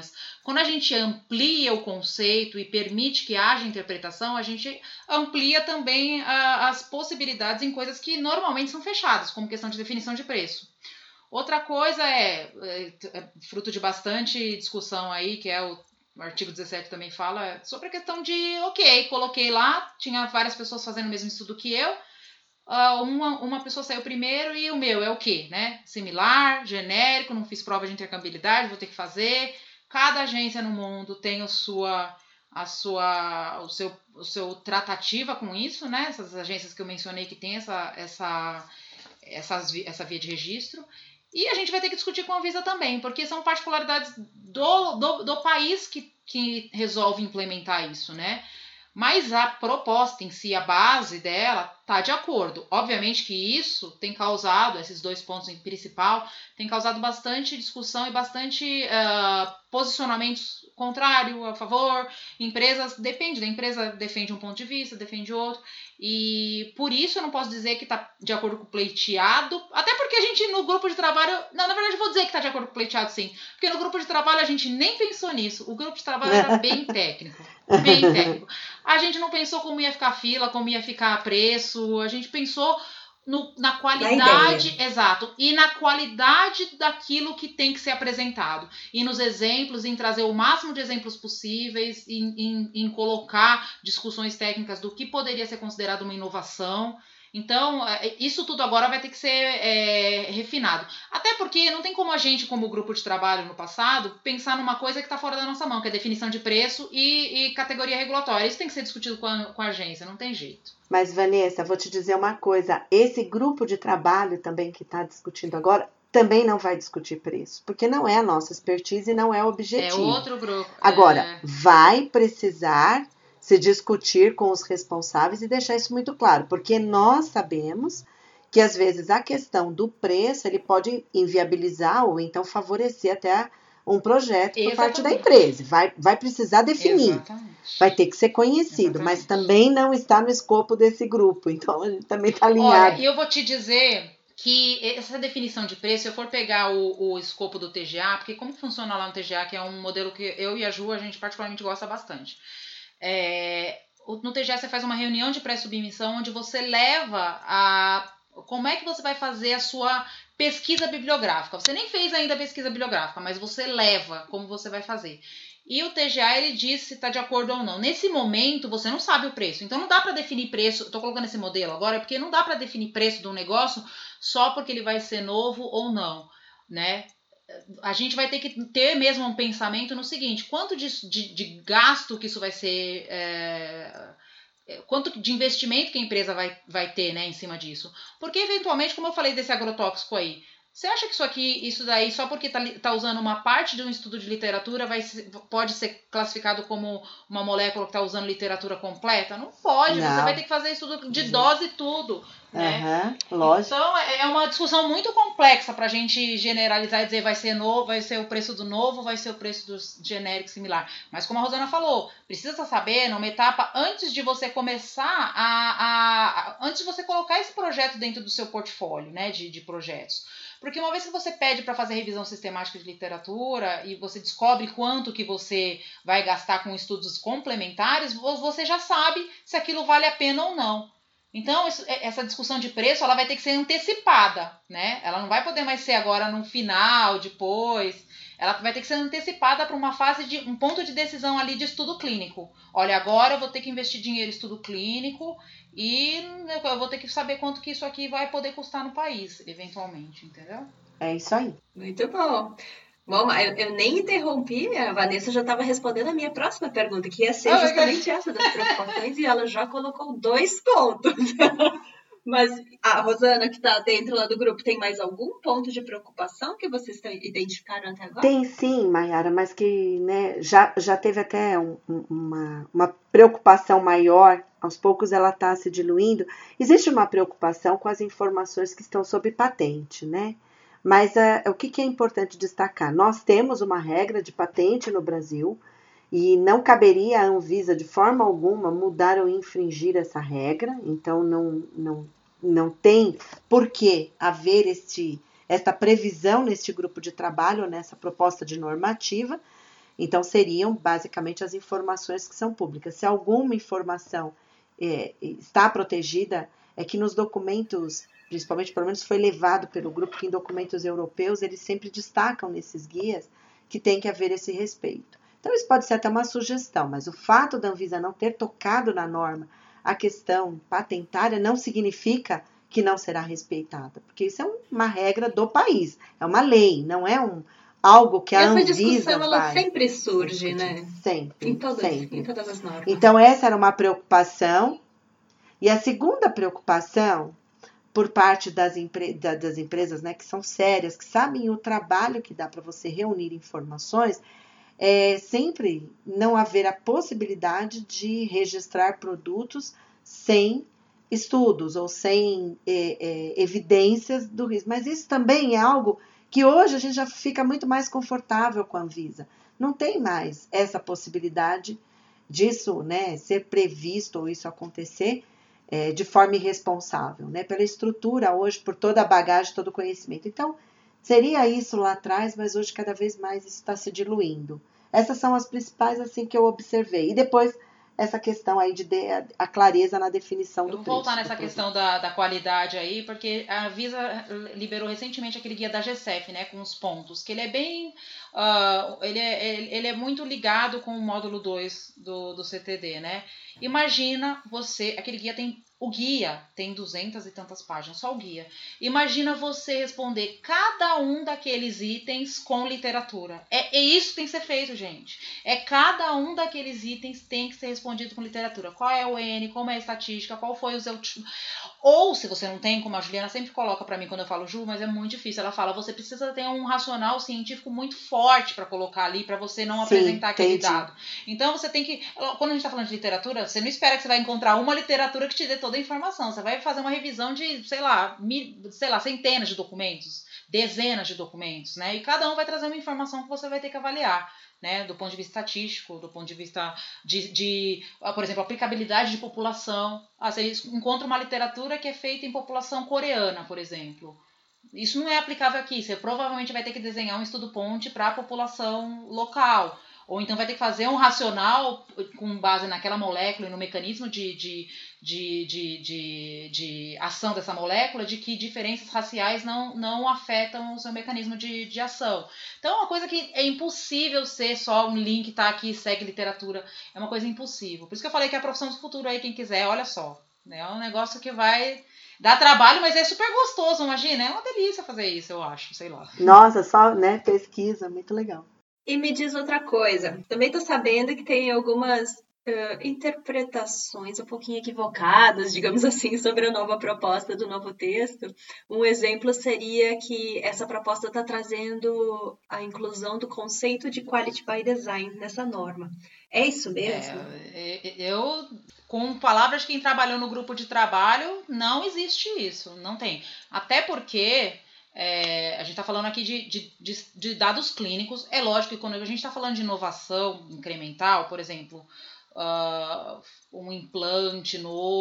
Quando a gente amplia o conceito e permite que haja interpretação, a gente amplia também a, as possibilidades em coisas que normalmente são fechadas, como questão de definição de preço. Outra coisa é, é, é fruto de bastante discussão aí, que é o, o artigo dezessete também fala, sobre a questão de, ok, coloquei lá, tinha várias pessoas fazendo o mesmo estudo que eu, uh, uma, uma pessoa saiu primeiro e o meu é o quê? Né? Similar, genérico, não fiz prova de intercambiabilidade, vou ter que fazer. Cada agência no mundo tem a sua, a sua, o seu, o seu tratativa com isso, né? Essas agências que eu mencionei que tem essa, essa, essas, essa via de registro. E a gente vai ter que discutir com a Anvisa também, porque são particularidades do, do, do país que, que resolve implementar isso, né? Mas a proposta em si, a base dela, está de acordo. Obviamente que isso tem causado, esses dois pontos em principal, tem causado bastante discussão e bastante uh, posicionamentos contrários, a favor. Empresas, depende da empresa, defende um ponto de vista, defende outro. E por isso eu não posso dizer que está de acordo com o pleiteado, até porque a gente no grupo de trabalho, não, na verdade eu vou dizer que está de acordo com o pleiteado sim, porque no grupo de trabalho a gente nem pensou nisso, o grupo de trabalho era bem técnico, bem técnico. A gente não pensou como ia ficar fila, como ia ficar preço, a gente pensou no, na qualidade, exato, e na qualidade daquilo que tem que ser apresentado. E nos exemplos, em trazer o máximo de exemplos possíveis, em, em, em colocar discussões técnicas do que poderia ser considerado uma inovação. Então, isso tudo agora vai ter que ser é, refinado. Até porque não tem como a gente, como grupo de trabalho no passado, pensar numa coisa que está fora da nossa mão, que é definição de preço e, e categoria regulatória. Isso tem que ser discutido com a, com a agência, não tem jeito. Mas, Vanessa, vou te dizer uma coisa. Esse grupo de trabalho também que está discutindo agora também não vai discutir preço, porque não é a nossa expertise e não é o objetivo. É outro grupo. Agora, é... vai precisar se discutir com os responsáveis e deixar isso muito claro, porque nós sabemos que às vezes a questão do preço ele pode inviabilizar ou então favorecer até um projeto por Exatamente. parte da empresa. Vai, vai precisar definir, Exatamente. vai ter que ser conhecido, Exatamente. Mas também não está no escopo desse grupo, então a gente também está alinhado. Olha, e eu vou te dizer que essa definição de preço, se eu for pegar o, o escopo do T G A, porque como funciona lá no T G A, que é um modelo que eu e a Ju, a gente particularmente gosta bastante. É, no T G A você faz uma reunião de pré-submissão onde você leva a... Como é que você vai fazer a sua pesquisa bibliográfica? Você nem fez ainda a pesquisa bibliográfica, mas você leva como você vai fazer. E o T G A, ele diz se está de acordo ou não. Nesse momento, você não sabe o preço. Então, não dá para definir preço... Estou colocando esse modelo agora, porque não dá para definir preço de um negócio só porque ele vai ser novo ou não, né? A gente vai ter que ter mesmo um pensamento no seguinte, quanto de, de, de gasto que isso vai ser, é, quanto de investimento que a empresa vai, vai ter, né, em cima disso. Porque, eventualmente, como eu falei desse agrotóxico aí, você acha que isso aqui, isso daí, só porque está tá usando uma parte de um estudo de literatura, vai ser, pode ser classificado como uma molécula que está usando literatura completa? Não pode, não. Você vai ter que fazer estudo de dose e tudo. Né? Uhum, lógico. Então é uma discussão muito complexa para a gente generalizar e dizer vai ser novo, vai ser o preço do novo, vai ser o preço do genérico similar. Mas como a Rosana falou, precisa saber numa etapa antes de você começar a, a, a antes de você colocar esse projeto dentro do seu portfólio, né, de, de projetos. Porque uma vez que você pede para fazer revisão sistemática de literatura e você descobre quanto que você vai gastar com estudos complementares, você já sabe se aquilo vale a pena ou não. Então, isso, essa discussão de preço, ela vai ter que ser antecipada, né? Ela não vai poder mais ser agora no final, depois. Ela vai ter que ser antecipada para uma fase de um ponto de decisão ali de estudo clínico. Olha, agora eu vou ter que investir dinheiro em estudo clínico e eu vou ter que saber quanto que isso aqui vai poder custar no país, eventualmente, entendeu? É isso aí. Muito bom. Bom, eu, eu nem interrompi, a Vanessa já estava respondendo a minha próxima pergunta, que ia ser justamente essa das preocupações, e ela já colocou dois pontos. Mas a Rosana, que está dentro lá do grupo, tem mais algum ponto de preocupação que vocês identificaram até agora? Tem sim, Mayara, mas que né, já, já teve até um, uma, uma preocupação maior, aos poucos ela está se diluindo. Existe uma preocupação com as informações que estão sob patente, né? Mas uh, o que, que é importante destacar? Nós temos uma regra de patente no Brasil e não caberia à Anvisa de forma alguma mudar ou infringir essa regra, então não, não, não tem por que haver este, esta previsão neste grupo de trabalho, nessa proposta de normativa. Então, seriam basicamente as informações que são públicas. Se alguma informação é, está protegida, é que nos documentos, principalmente, pelo menos foi levado pelo grupo, que em documentos europeus eles sempre destacam nesses guias que tem que haver esse respeito. Então, isso pode ser até uma sugestão, mas o fato da Anvisa não ter tocado na norma a questão patentária não significa que não será respeitada, porque isso é uma regra do país, é uma lei, não é um, algo que a Essa Anvisa discussão ela vai sempre surge, discutir. né? Sempre, Em todas, sempre. em todas as normas. Então, essa era uma preocupação. E a segunda preocupação, por parte das, empre das empresas, né, que são sérias, que sabem o trabalho que dá para você reunir informações, é sempre não haver a possibilidade de registrar produtos sem estudos ou sem é, é, evidências do risco. Mas isso também é algo que hoje a gente já fica muito mais confortável com a Anvisa. Não tem mais essa possibilidade disso, né, ser previsto ou isso acontecer é, de forma irresponsável, né, pela estrutura hoje, por toda a bagagem, todo o conhecimento. Então, seria isso lá atrás, mas hoje cada vez mais isso está se diluindo. Essas são as principais assim que eu observei. E depois essa questão aí de, de a clareza na definição eu do vou preço. voltar nessa questão da, da qualidade aí, porque a Anvisa liberou recentemente aquele guia da G S E F, né, com os pontos, que ele é bem, uh, ele, é, ele é muito ligado com o módulo dois do, do C T D, né? Imagina você, aquele guia tem, o guia tem duzentas e tantas páginas, só o guia. Imagina você responder cada um daqueles itens com literatura. É, é isso que tem que ser feito, gente. É cada um daqueles itens tem que ser respondido com literatura. Qual é o N, como é a estatística, qual foi o seu... Ou, se você não tem, como a Juliana sempre coloca pra mim quando eu falo, Ju, mas é muito difícil. Ela fala, você precisa ter um racional científico muito forte para colocar ali, para você não Sim, apresentar aquele entendi. dado. Então, você tem que... Quando a gente tá falando de literatura, você não espera que você vai encontrar uma literatura que te dê toda a informação. Você vai fazer uma revisão de, sei lá, mil, sei lá, centenas de documentos, dezenas de documentos, né? E cada um vai trazer uma informação que você vai ter que avaliar. Né, do ponto de vista estatístico, do ponto de vista de, de por exemplo, aplicabilidade de população. Ah, você encontra uma literatura que é feita em população coreana, por exemplo. Isso não é aplicável aqui. Você provavelmente vai ter que desenhar um estudo ponte para a população local. Ou então vai ter que fazer um racional com base naquela molécula e no mecanismo de, de, de, de, de, de ação dessa molécula, de que diferenças raciais não, não afetam o seu mecanismo de, de ação. Então é uma coisa que é impossível ser só um link, tá aqui, segue literatura. É uma coisa impossível. Por isso que eu falei que é a profissão do futuro aí, quem quiser, olha só. É um negócio que vai... Dá trabalho, mas é super gostoso, imagina. É uma delícia fazer isso, eu acho, sei lá. Nossa, só, né, pesquisa, muito legal. E me diz outra coisa. Também tô sabendo que tem algumas uh, interpretações um pouquinho equivocadas, digamos assim, sobre a nova proposta do novo texto. Um exemplo seria que essa proposta está trazendo a inclusão do conceito de Quality by Design nessa norma. É isso mesmo? É, eu... Com palavras de quem trabalhou no grupo de trabalho, não existe isso, não tem. Até porque é, a gente está falando aqui de, de, de, de dados clínicos. É lógico que quando a gente está falando de inovação incremental, por exemplo, uh, um implante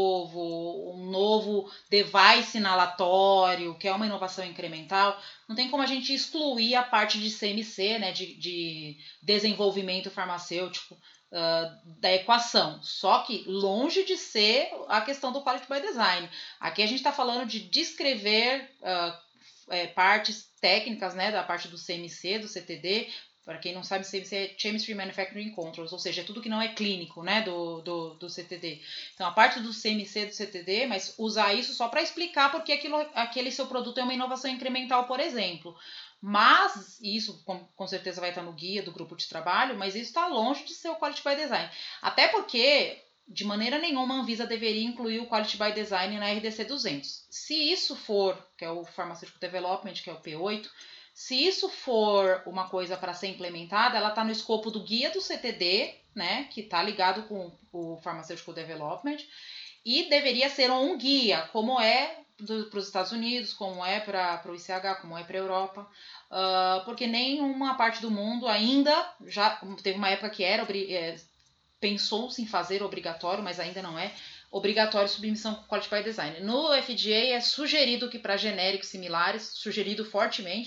novo, um novo device inalatório, que é uma inovação incremental, não tem como a gente excluir a parte de C M C, né, de, de desenvolvimento farmacêutico, Uh, da equação, só que longe de ser a questão do Quality by Design. Aqui a gente está falando de descrever uh, é, partes técnicas, né, da parte do C M C, do C T D. Para quem não sabe, C M C é Chemistry Manufacturing Controls, ou seja, é tudo que não é clínico, né, do, do, do C T D. Então, a parte do C M C, do C T D, mas usar isso só para explicar porque aquilo, aquele seu produto é uma inovação incremental, por exemplo. Mas, isso com, com certeza vai estar no guia do grupo de trabalho, mas isso está longe de ser o Quality by Design. Até porque, de maneira nenhuma, a Anvisa deveria incluir o Quality by Design na R D C duzentos. Se isso for, que é o Pharmaceutical Development, que é o P oito, se isso for uma coisa para ser implementada, ela está no escopo do guia do C T D, né, que está ligado com o Pharmaceutical Development, e deveria ser um guia, como é para os Estados Unidos, como é para o I C H, como é para a Europa, uh, porque nenhuma parte do mundo ainda, já teve uma época que era, é, pensou-se em fazer obrigatório, mas ainda não é, obrigatório submissão com Quality by Design. No F D A é sugerido que para genéricos similares, sugerido fortemente,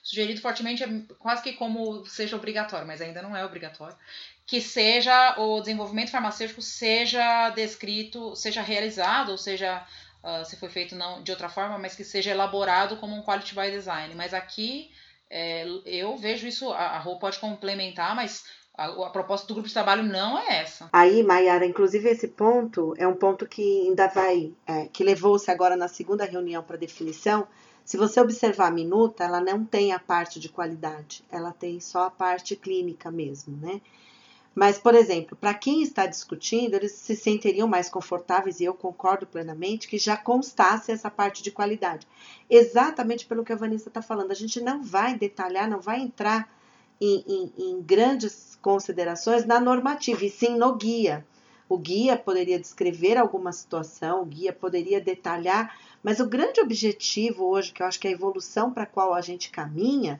sugerido fortemente, é quase que como seja obrigatório, mas ainda não é obrigatório, que seja o desenvolvimento farmacêutico seja descrito, seja realizado, ou seja, uh, se foi feito não de outra forma, mas que seja elaborado como um quality by design. Mas aqui é, eu vejo isso, a, a Rô pode complementar, mas a, a proposta do grupo de trabalho não é essa. Aí, Mayara, inclusive esse ponto é um ponto que ainda vai, é, que levou-se agora na segunda reunião para definição. Se você observar a minuta, ela não tem a parte de qualidade, ela tem só a parte clínica mesmo, né? Mas, por exemplo, para quem está discutindo, eles se sentiriam mais confortáveis, e eu concordo plenamente, que já constasse essa parte de qualidade. Exatamente pelo que a Vanessa está falando. A gente não vai detalhar, não vai entrar em, em, em grandes considerações na normativa, e sim no guia. O guia poderia descrever alguma situação, o guia poderia detalhar, mas o grande objetivo hoje, que eu acho que é a evolução para a qual a gente caminha,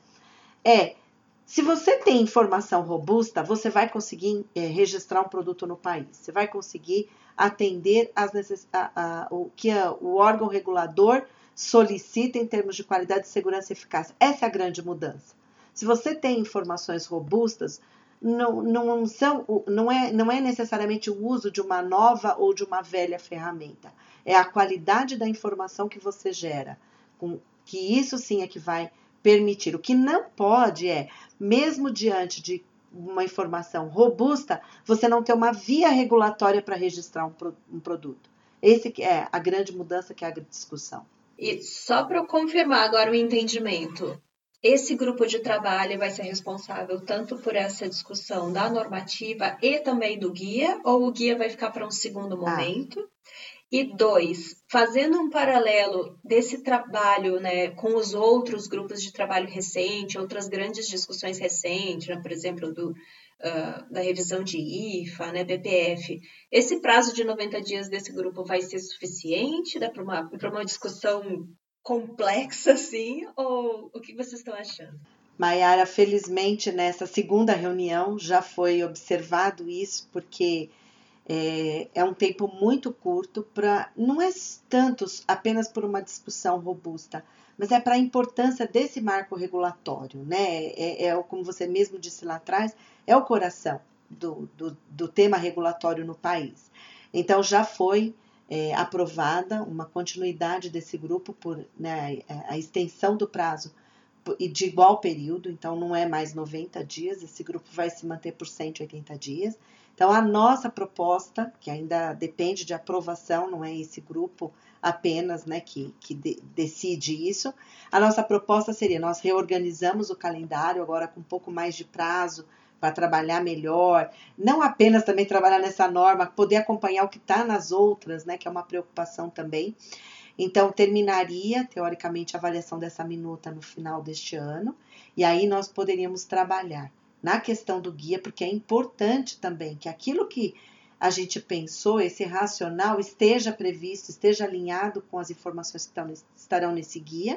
é: se você tem informação robusta, você vai conseguir é, registrar um produto no país. Você vai conseguir atender as necess... a, a, o que a, o órgão regulador solicita em termos de qualidade, segurança e eficácia. Essa é a grande mudança. Se você tem informações robustas, não, não, são, não, é, não é necessariamente o uso de uma nova ou de uma velha ferramenta. É a qualidade da informação que você gera. Que isso sim é que vai permitir. O que não pode é, mesmo diante de uma informação robusta, você não ter uma via regulatória para registrar um, pro, um produto. Esse é a grande mudança, que é a discussão. E só para eu confirmar agora o entendimento, esse grupo de trabalho vai ser responsável tanto por essa discussão da normativa e também do guia, ou o guia vai ficar para um segundo momento? Ah. E dois, fazendo um paralelo desse trabalho, né, com os outros grupos de trabalho recente, outras grandes discussões recentes, né, por exemplo, do, uh, da revisão de I F A, né, B P F, esse prazo de noventa dias desse grupo vai ser suficiente? Dá para uma, para uma discussão complexa, assim? Ou o que vocês estão achando? Mayara, felizmente, nessa segunda reunião já foi observado isso, porque É, é um tempo muito curto para, não é tanto apenas por uma discussão robusta, mas é para a importância desse marco regulatório, né? É, é, como você mesmo disse lá atrás, é o coração do, do, do tema regulatório no país. Então já foi é, aprovada uma continuidade desse grupo por, né, a extensão do prazo e de igual período, então não é mais noventa dias, esse grupo vai se manter por cento e oitenta dias. Então, a nossa proposta, que ainda depende de aprovação, não é esse grupo apenas, né, que, que de, decide isso, a nossa proposta seria: nós reorganizamos o calendário agora com um pouco mais de prazo para trabalhar melhor, não apenas também trabalhar nessa norma, poder acompanhar o que está nas outras, né, que é uma preocupação também. Então, terminaria, teoricamente, a avaliação dessa minuta no final deste ano, e aí nós poderíamos trabalhar na questão do guia, porque é importante também que aquilo que a gente pensou, esse racional, esteja previsto, esteja alinhado com as informações que estão, estarão nesse guia,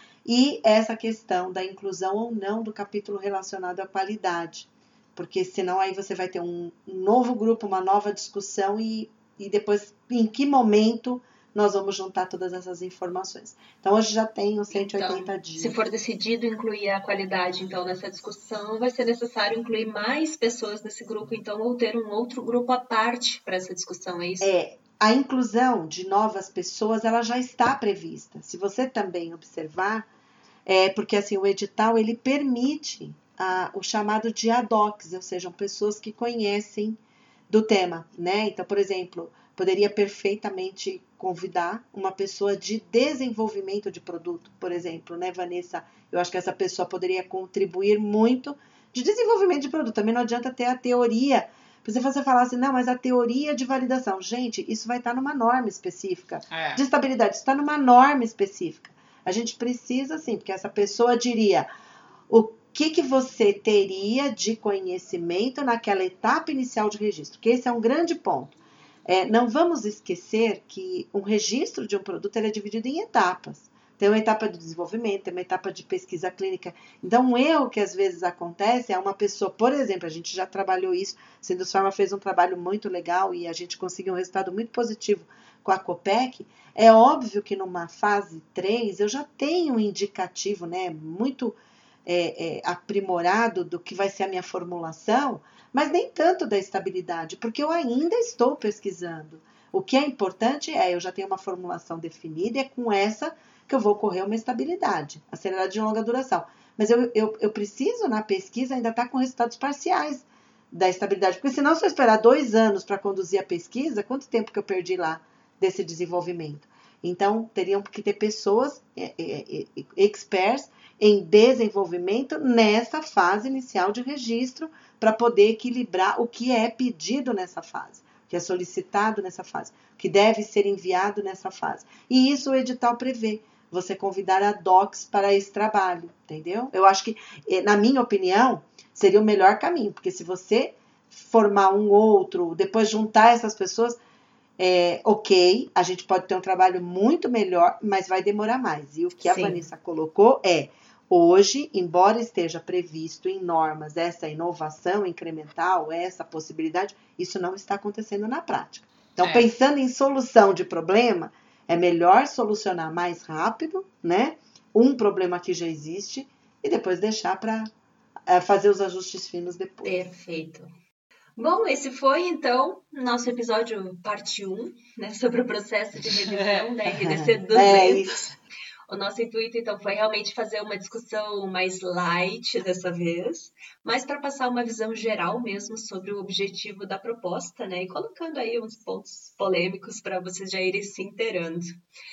e essa questão da inclusão ou não do capítulo relacionado à qualidade, porque senão aí você vai ter um, um novo grupo, uma nova discussão, e, e depois em que momento nós vamos juntar todas essas informações. Então, hoje já tem os cento e oitenta então, dias. Se for decidido incluir a qualidade, então, nessa discussão, vai ser necessário incluir mais pessoas nesse grupo, então, ou ter um outro grupo à parte para essa discussão, é isso? É, a inclusão de novas pessoas, ela já está prevista. Se você também observar, é porque, assim, o edital, ele permite a, o chamado de ad hocs, ou seja, pessoas que conhecem do tema, né? Então, por exemplo, poderia perfeitamente convidar uma pessoa de desenvolvimento de produto, por exemplo, né, Vanessa? Eu acho que essa pessoa poderia contribuir muito de desenvolvimento de produto. Também não adianta ter a teoria. Se você falar assim, não, mas a teoria de validação, gente, isso vai estar numa norma específica. É. De estabilidade, isso está numa norma específica. A gente precisa, sim, porque essa pessoa diria o que, que você teria de conhecimento naquela etapa inicial de registro, que esse é um grande ponto. É, não vamos esquecer que um registro de um produto ele é dividido em etapas. Tem uma etapa de desenvolvimento, tem uma etapa de pesquisa clínica. Então, um erro que às vezes acontece é uma pessoa, por exemplo, a gente já trabalhou isso, a Sindusfarma fez um trabalho muito legal e a gente conseguiu um resultado muito positivo com a Copec. É óbvio que numa fase três eu já tenho um indicativo, né, muito é, é, aprimorado do que vai ser a minha formulação, mas nem tanto da estabilidade, porque eu ainda estou pesquisando. O que é importante é, eu já tenho uma formulação definida, e é com essa que eu vou correr uma estabilidade, acelerada de longa duração. Mas eu, eu, eu preciso, na pesquisa, ainda estar com resultados parciais da estabilidade, porque senão, se eu esperar dois anos para conduzir a pesquisa, quanto tempo que eu perdi lá desse desenvolvimento? Então, teriam que ter pessoas, é, é, é, experts, em desenvolvimento nessa fase inicial de registro, para poder equilibrar o que é pedido nessa fase, o que é solicitado nessa fase, o que deve ser enviado nessa fase. E isso o edital prevê, você convidar a docs para esse trabalho, entendeu? Eu acho que, na minha opinião, seria o melhor caminho, porque se você formar um outro, depois juntar essas pessoas, é, ok, a gente pode ter um trabalho muito melhor, mas vai demorar mais. E o que a Sim. Vanessa colocou é, hoje, embora esteja previsto em normas essa inovação incremental, essa possibilidade, isso não está acontecendo na prática. Então, É. pensando em solução de problema, é melhor solucionar mais rápido, né? Um problema que já existe e depois deixar para fazer os ajustes finos depois. Perfeito. Bom, esse foi, então, nosso episódio parte um, né, sobre o processo de revisão da R D C duzentos. É isso. O nosso intuito, então, foi realmente fazer uma discussão mais light dessa vez, mas para passar uma visão geral mesmo sobre o objetivo da proposta, né, e colocando aí uns pontos polêmicos para vocês já irem se inteirando.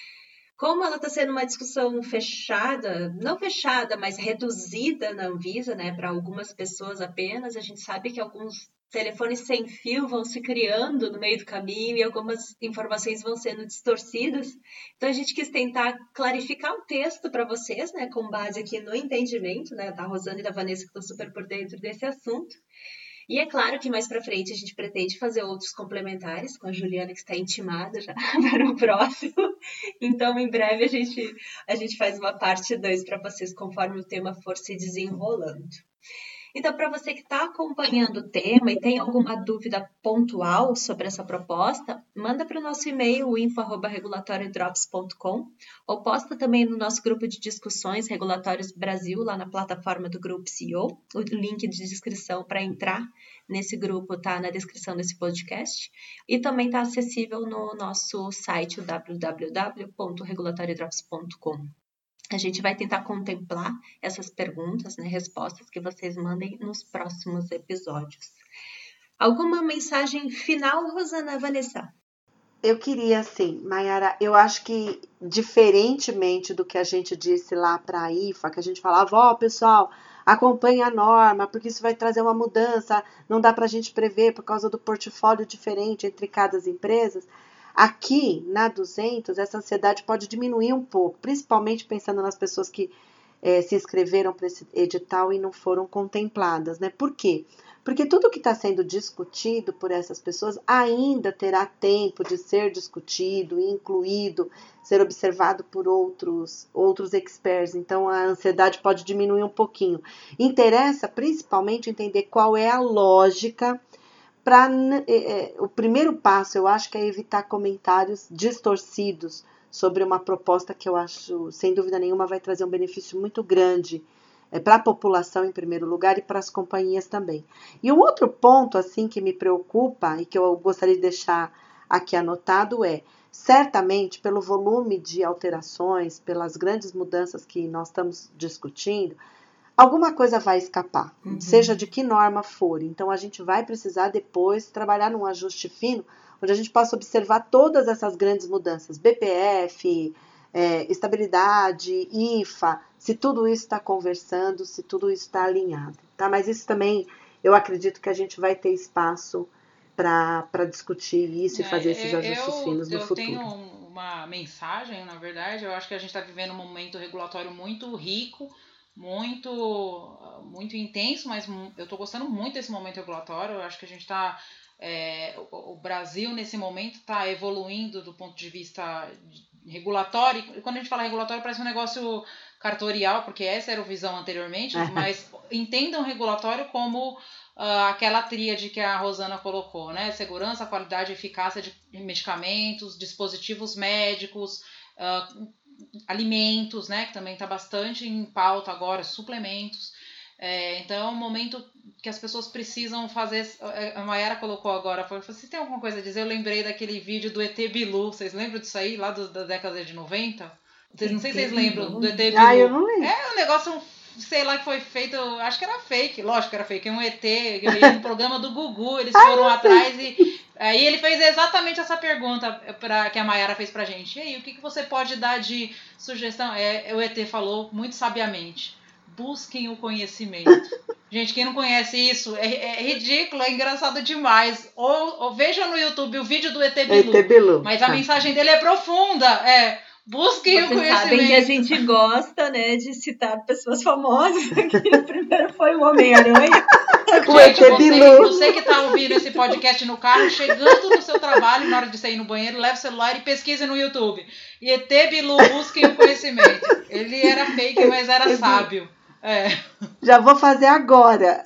Como ela está sendo uma discussão fechada, não fechada, mas reduzida na Anvisa, né, para algumas pessoas apenas, a gente sabe que alguns telefones sem fio vão se criando no meio do caminho e algumas informações vão sendo distorcidas. Então, a gente quis tentar clarificar o texto para vocês, né, com base aqui no entendimento, né, da Rosana e da Vanessa, que estão super por dentro desse assunto. E é claro que mais para frente a gente pretende fazer outros complementares com a Juliana, que está intimada já para o próximo. Então, em breve, a gente, a gente faz uma parte dois para vocês, conforme o tema for se desenrolando. Então, para você que está acompanhando o tema e tem alguma dúvida pontual sobre essa proposta, manda para o nosso e-mail, info arroba regulatoriodrops ponto com, ou posta também no nosso grupo de discussões Regulatórios Brasil, lá na plataforma do Grupo C E O. O link de descrição para entrar nesse grupo está na descrição desse podcast. E também está acessível no nosso site, o w w w ponto regulatoriodrops ponto com. A gente vai tentar contemplar essas perguntas, né, respostas que vocês mandem nos próximos episódios. Alguma mensagem final, Rosana, Vanessa? Eu queria, assim, Mayara, eu acho que, diferentemente do que a gente disse lá para a I F A, que a gente falava, ó, oh, pessoal, acompanhe a norma, porque isso vai trazer uma mudança, não dá para a gente prever por causa do portfólio diferente entre cada empresas. Aqui, na duzentos, essa ansiedade pode diminuir um pouco, principalmente pensando nas pessoas que é, se inscreveram para esse edital e não foram contempladas, né? Por quê? Porque tudo que está sendo discutido por essas pessoas ainda terá tempo de ser discutido, incluído, ser observado por outros, outros experts. Então, a ansiedade pode diminuir um pouquinho. Interessa, principalmente, entender qual é a lógica. Pra, é, o primeiro passo, eu acho que é evitar comentários distorcidos sobre uma proposta que eu acho, sem dúvida nenhuma, vai trazer um benefício muito grande é, para a população, em primeiro lugar, e para as companhias também. E um outro ponto assim que me preocupa e que eu gostaria de deixar aqui anotado é, certamente, pelo volume de alterações, pelas grandes mudanças que nós estamos discutindo, alguma coisa vai escapar, uhum. Seja de que norma for. Então, a gente vai precisar depois trabalhar num ajuste fino, onde a gente possa observar todas essas grandes mudanças, B P F, é, estabilidade, I F A, se tudo isso está conversando, se tudo isso está alinhado. Tá? Mas isso também, eu acredito que a gente vai ter espaço para discutir isso e fazer é, esses ajustes eu, finos no eu futuro. Eu tenho uma mensagem, na verdade, eu acho que a gente está vivendo um momento regulatório muito rico, muito, muito intenso, mas eu estou gostando muito desse momento regulatório. Eu acho que a gente está, é, o, o Brasil nesse momento está evoluindo do ponto de vista regulatório, e quando a gente fala regulatório parece um negócio cartorial, porque essa era a visão anteriormente, mas entendam regulatório como uh, aquela tríade que a Rosana colocou, né? Segurança, qualidade e eficácia de medicamentos, dispositivos médicos, uh, alimentos, né, que também está bastante em pauta agora, suplementos. É, então é um momento que as pessoas precisam fazer. A Mayara colocou agora, falou, você tem alguma coisa a dizer? Eu lembrei daquele vídeo do E T Bilu, vocês lembram disso aí, lá do, da década de noventa? Vocês, não sei se vocês lembram do E T Bilu. Ah, eu não lembro. É um negócio, sei lá, que foi feito, acho que era fake, lógico que era fake, um E T, um programa do Gugu, eles foram ah, atrás e aí ele fez exatamente essa pergunta pra, que a Mayara fez pra gente. E aí, o que, que você pode dar de sugestão? É, o E T falou muito sabiamente. Busquem o conhecimento. Gente, quem não conhece isso, é, é ridículo, é engraçado demais. Ou, ou veja no YouTube o vídeo do E T Bilu. E T Bilu. Mas a ah. mensagem dele é profunda. É, busquem Vocês o conhecimento. Sabem que a gente gosta, né, de citar pessoas famosas. Aqui o primeiro foi o Homem-Aranha. Gente, você, você que está ouvindo esse podcast no carro, chegando no seu trabalho, na hora de sair no banheiro, leve o celular e pesquise no YouTube. E E T Bilu, busquem o conhecimento. Ele era fake, mas era sábio. É. Já vou fazer agora.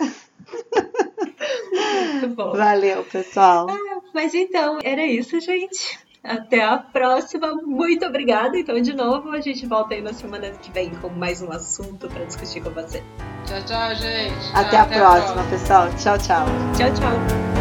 Muito bom. Valeu, pessoal. Ah, mas então, era isso, gente. Até a próxima. Muito obrigada. Então, de novo, a gente volta aí na semana que vem com mais um assunto para discutir com você. Tchau, tchau, gente. Até, tchau, a, até próxima, a próxima, pessoal. Tchau, tchau. Tchau, tchau.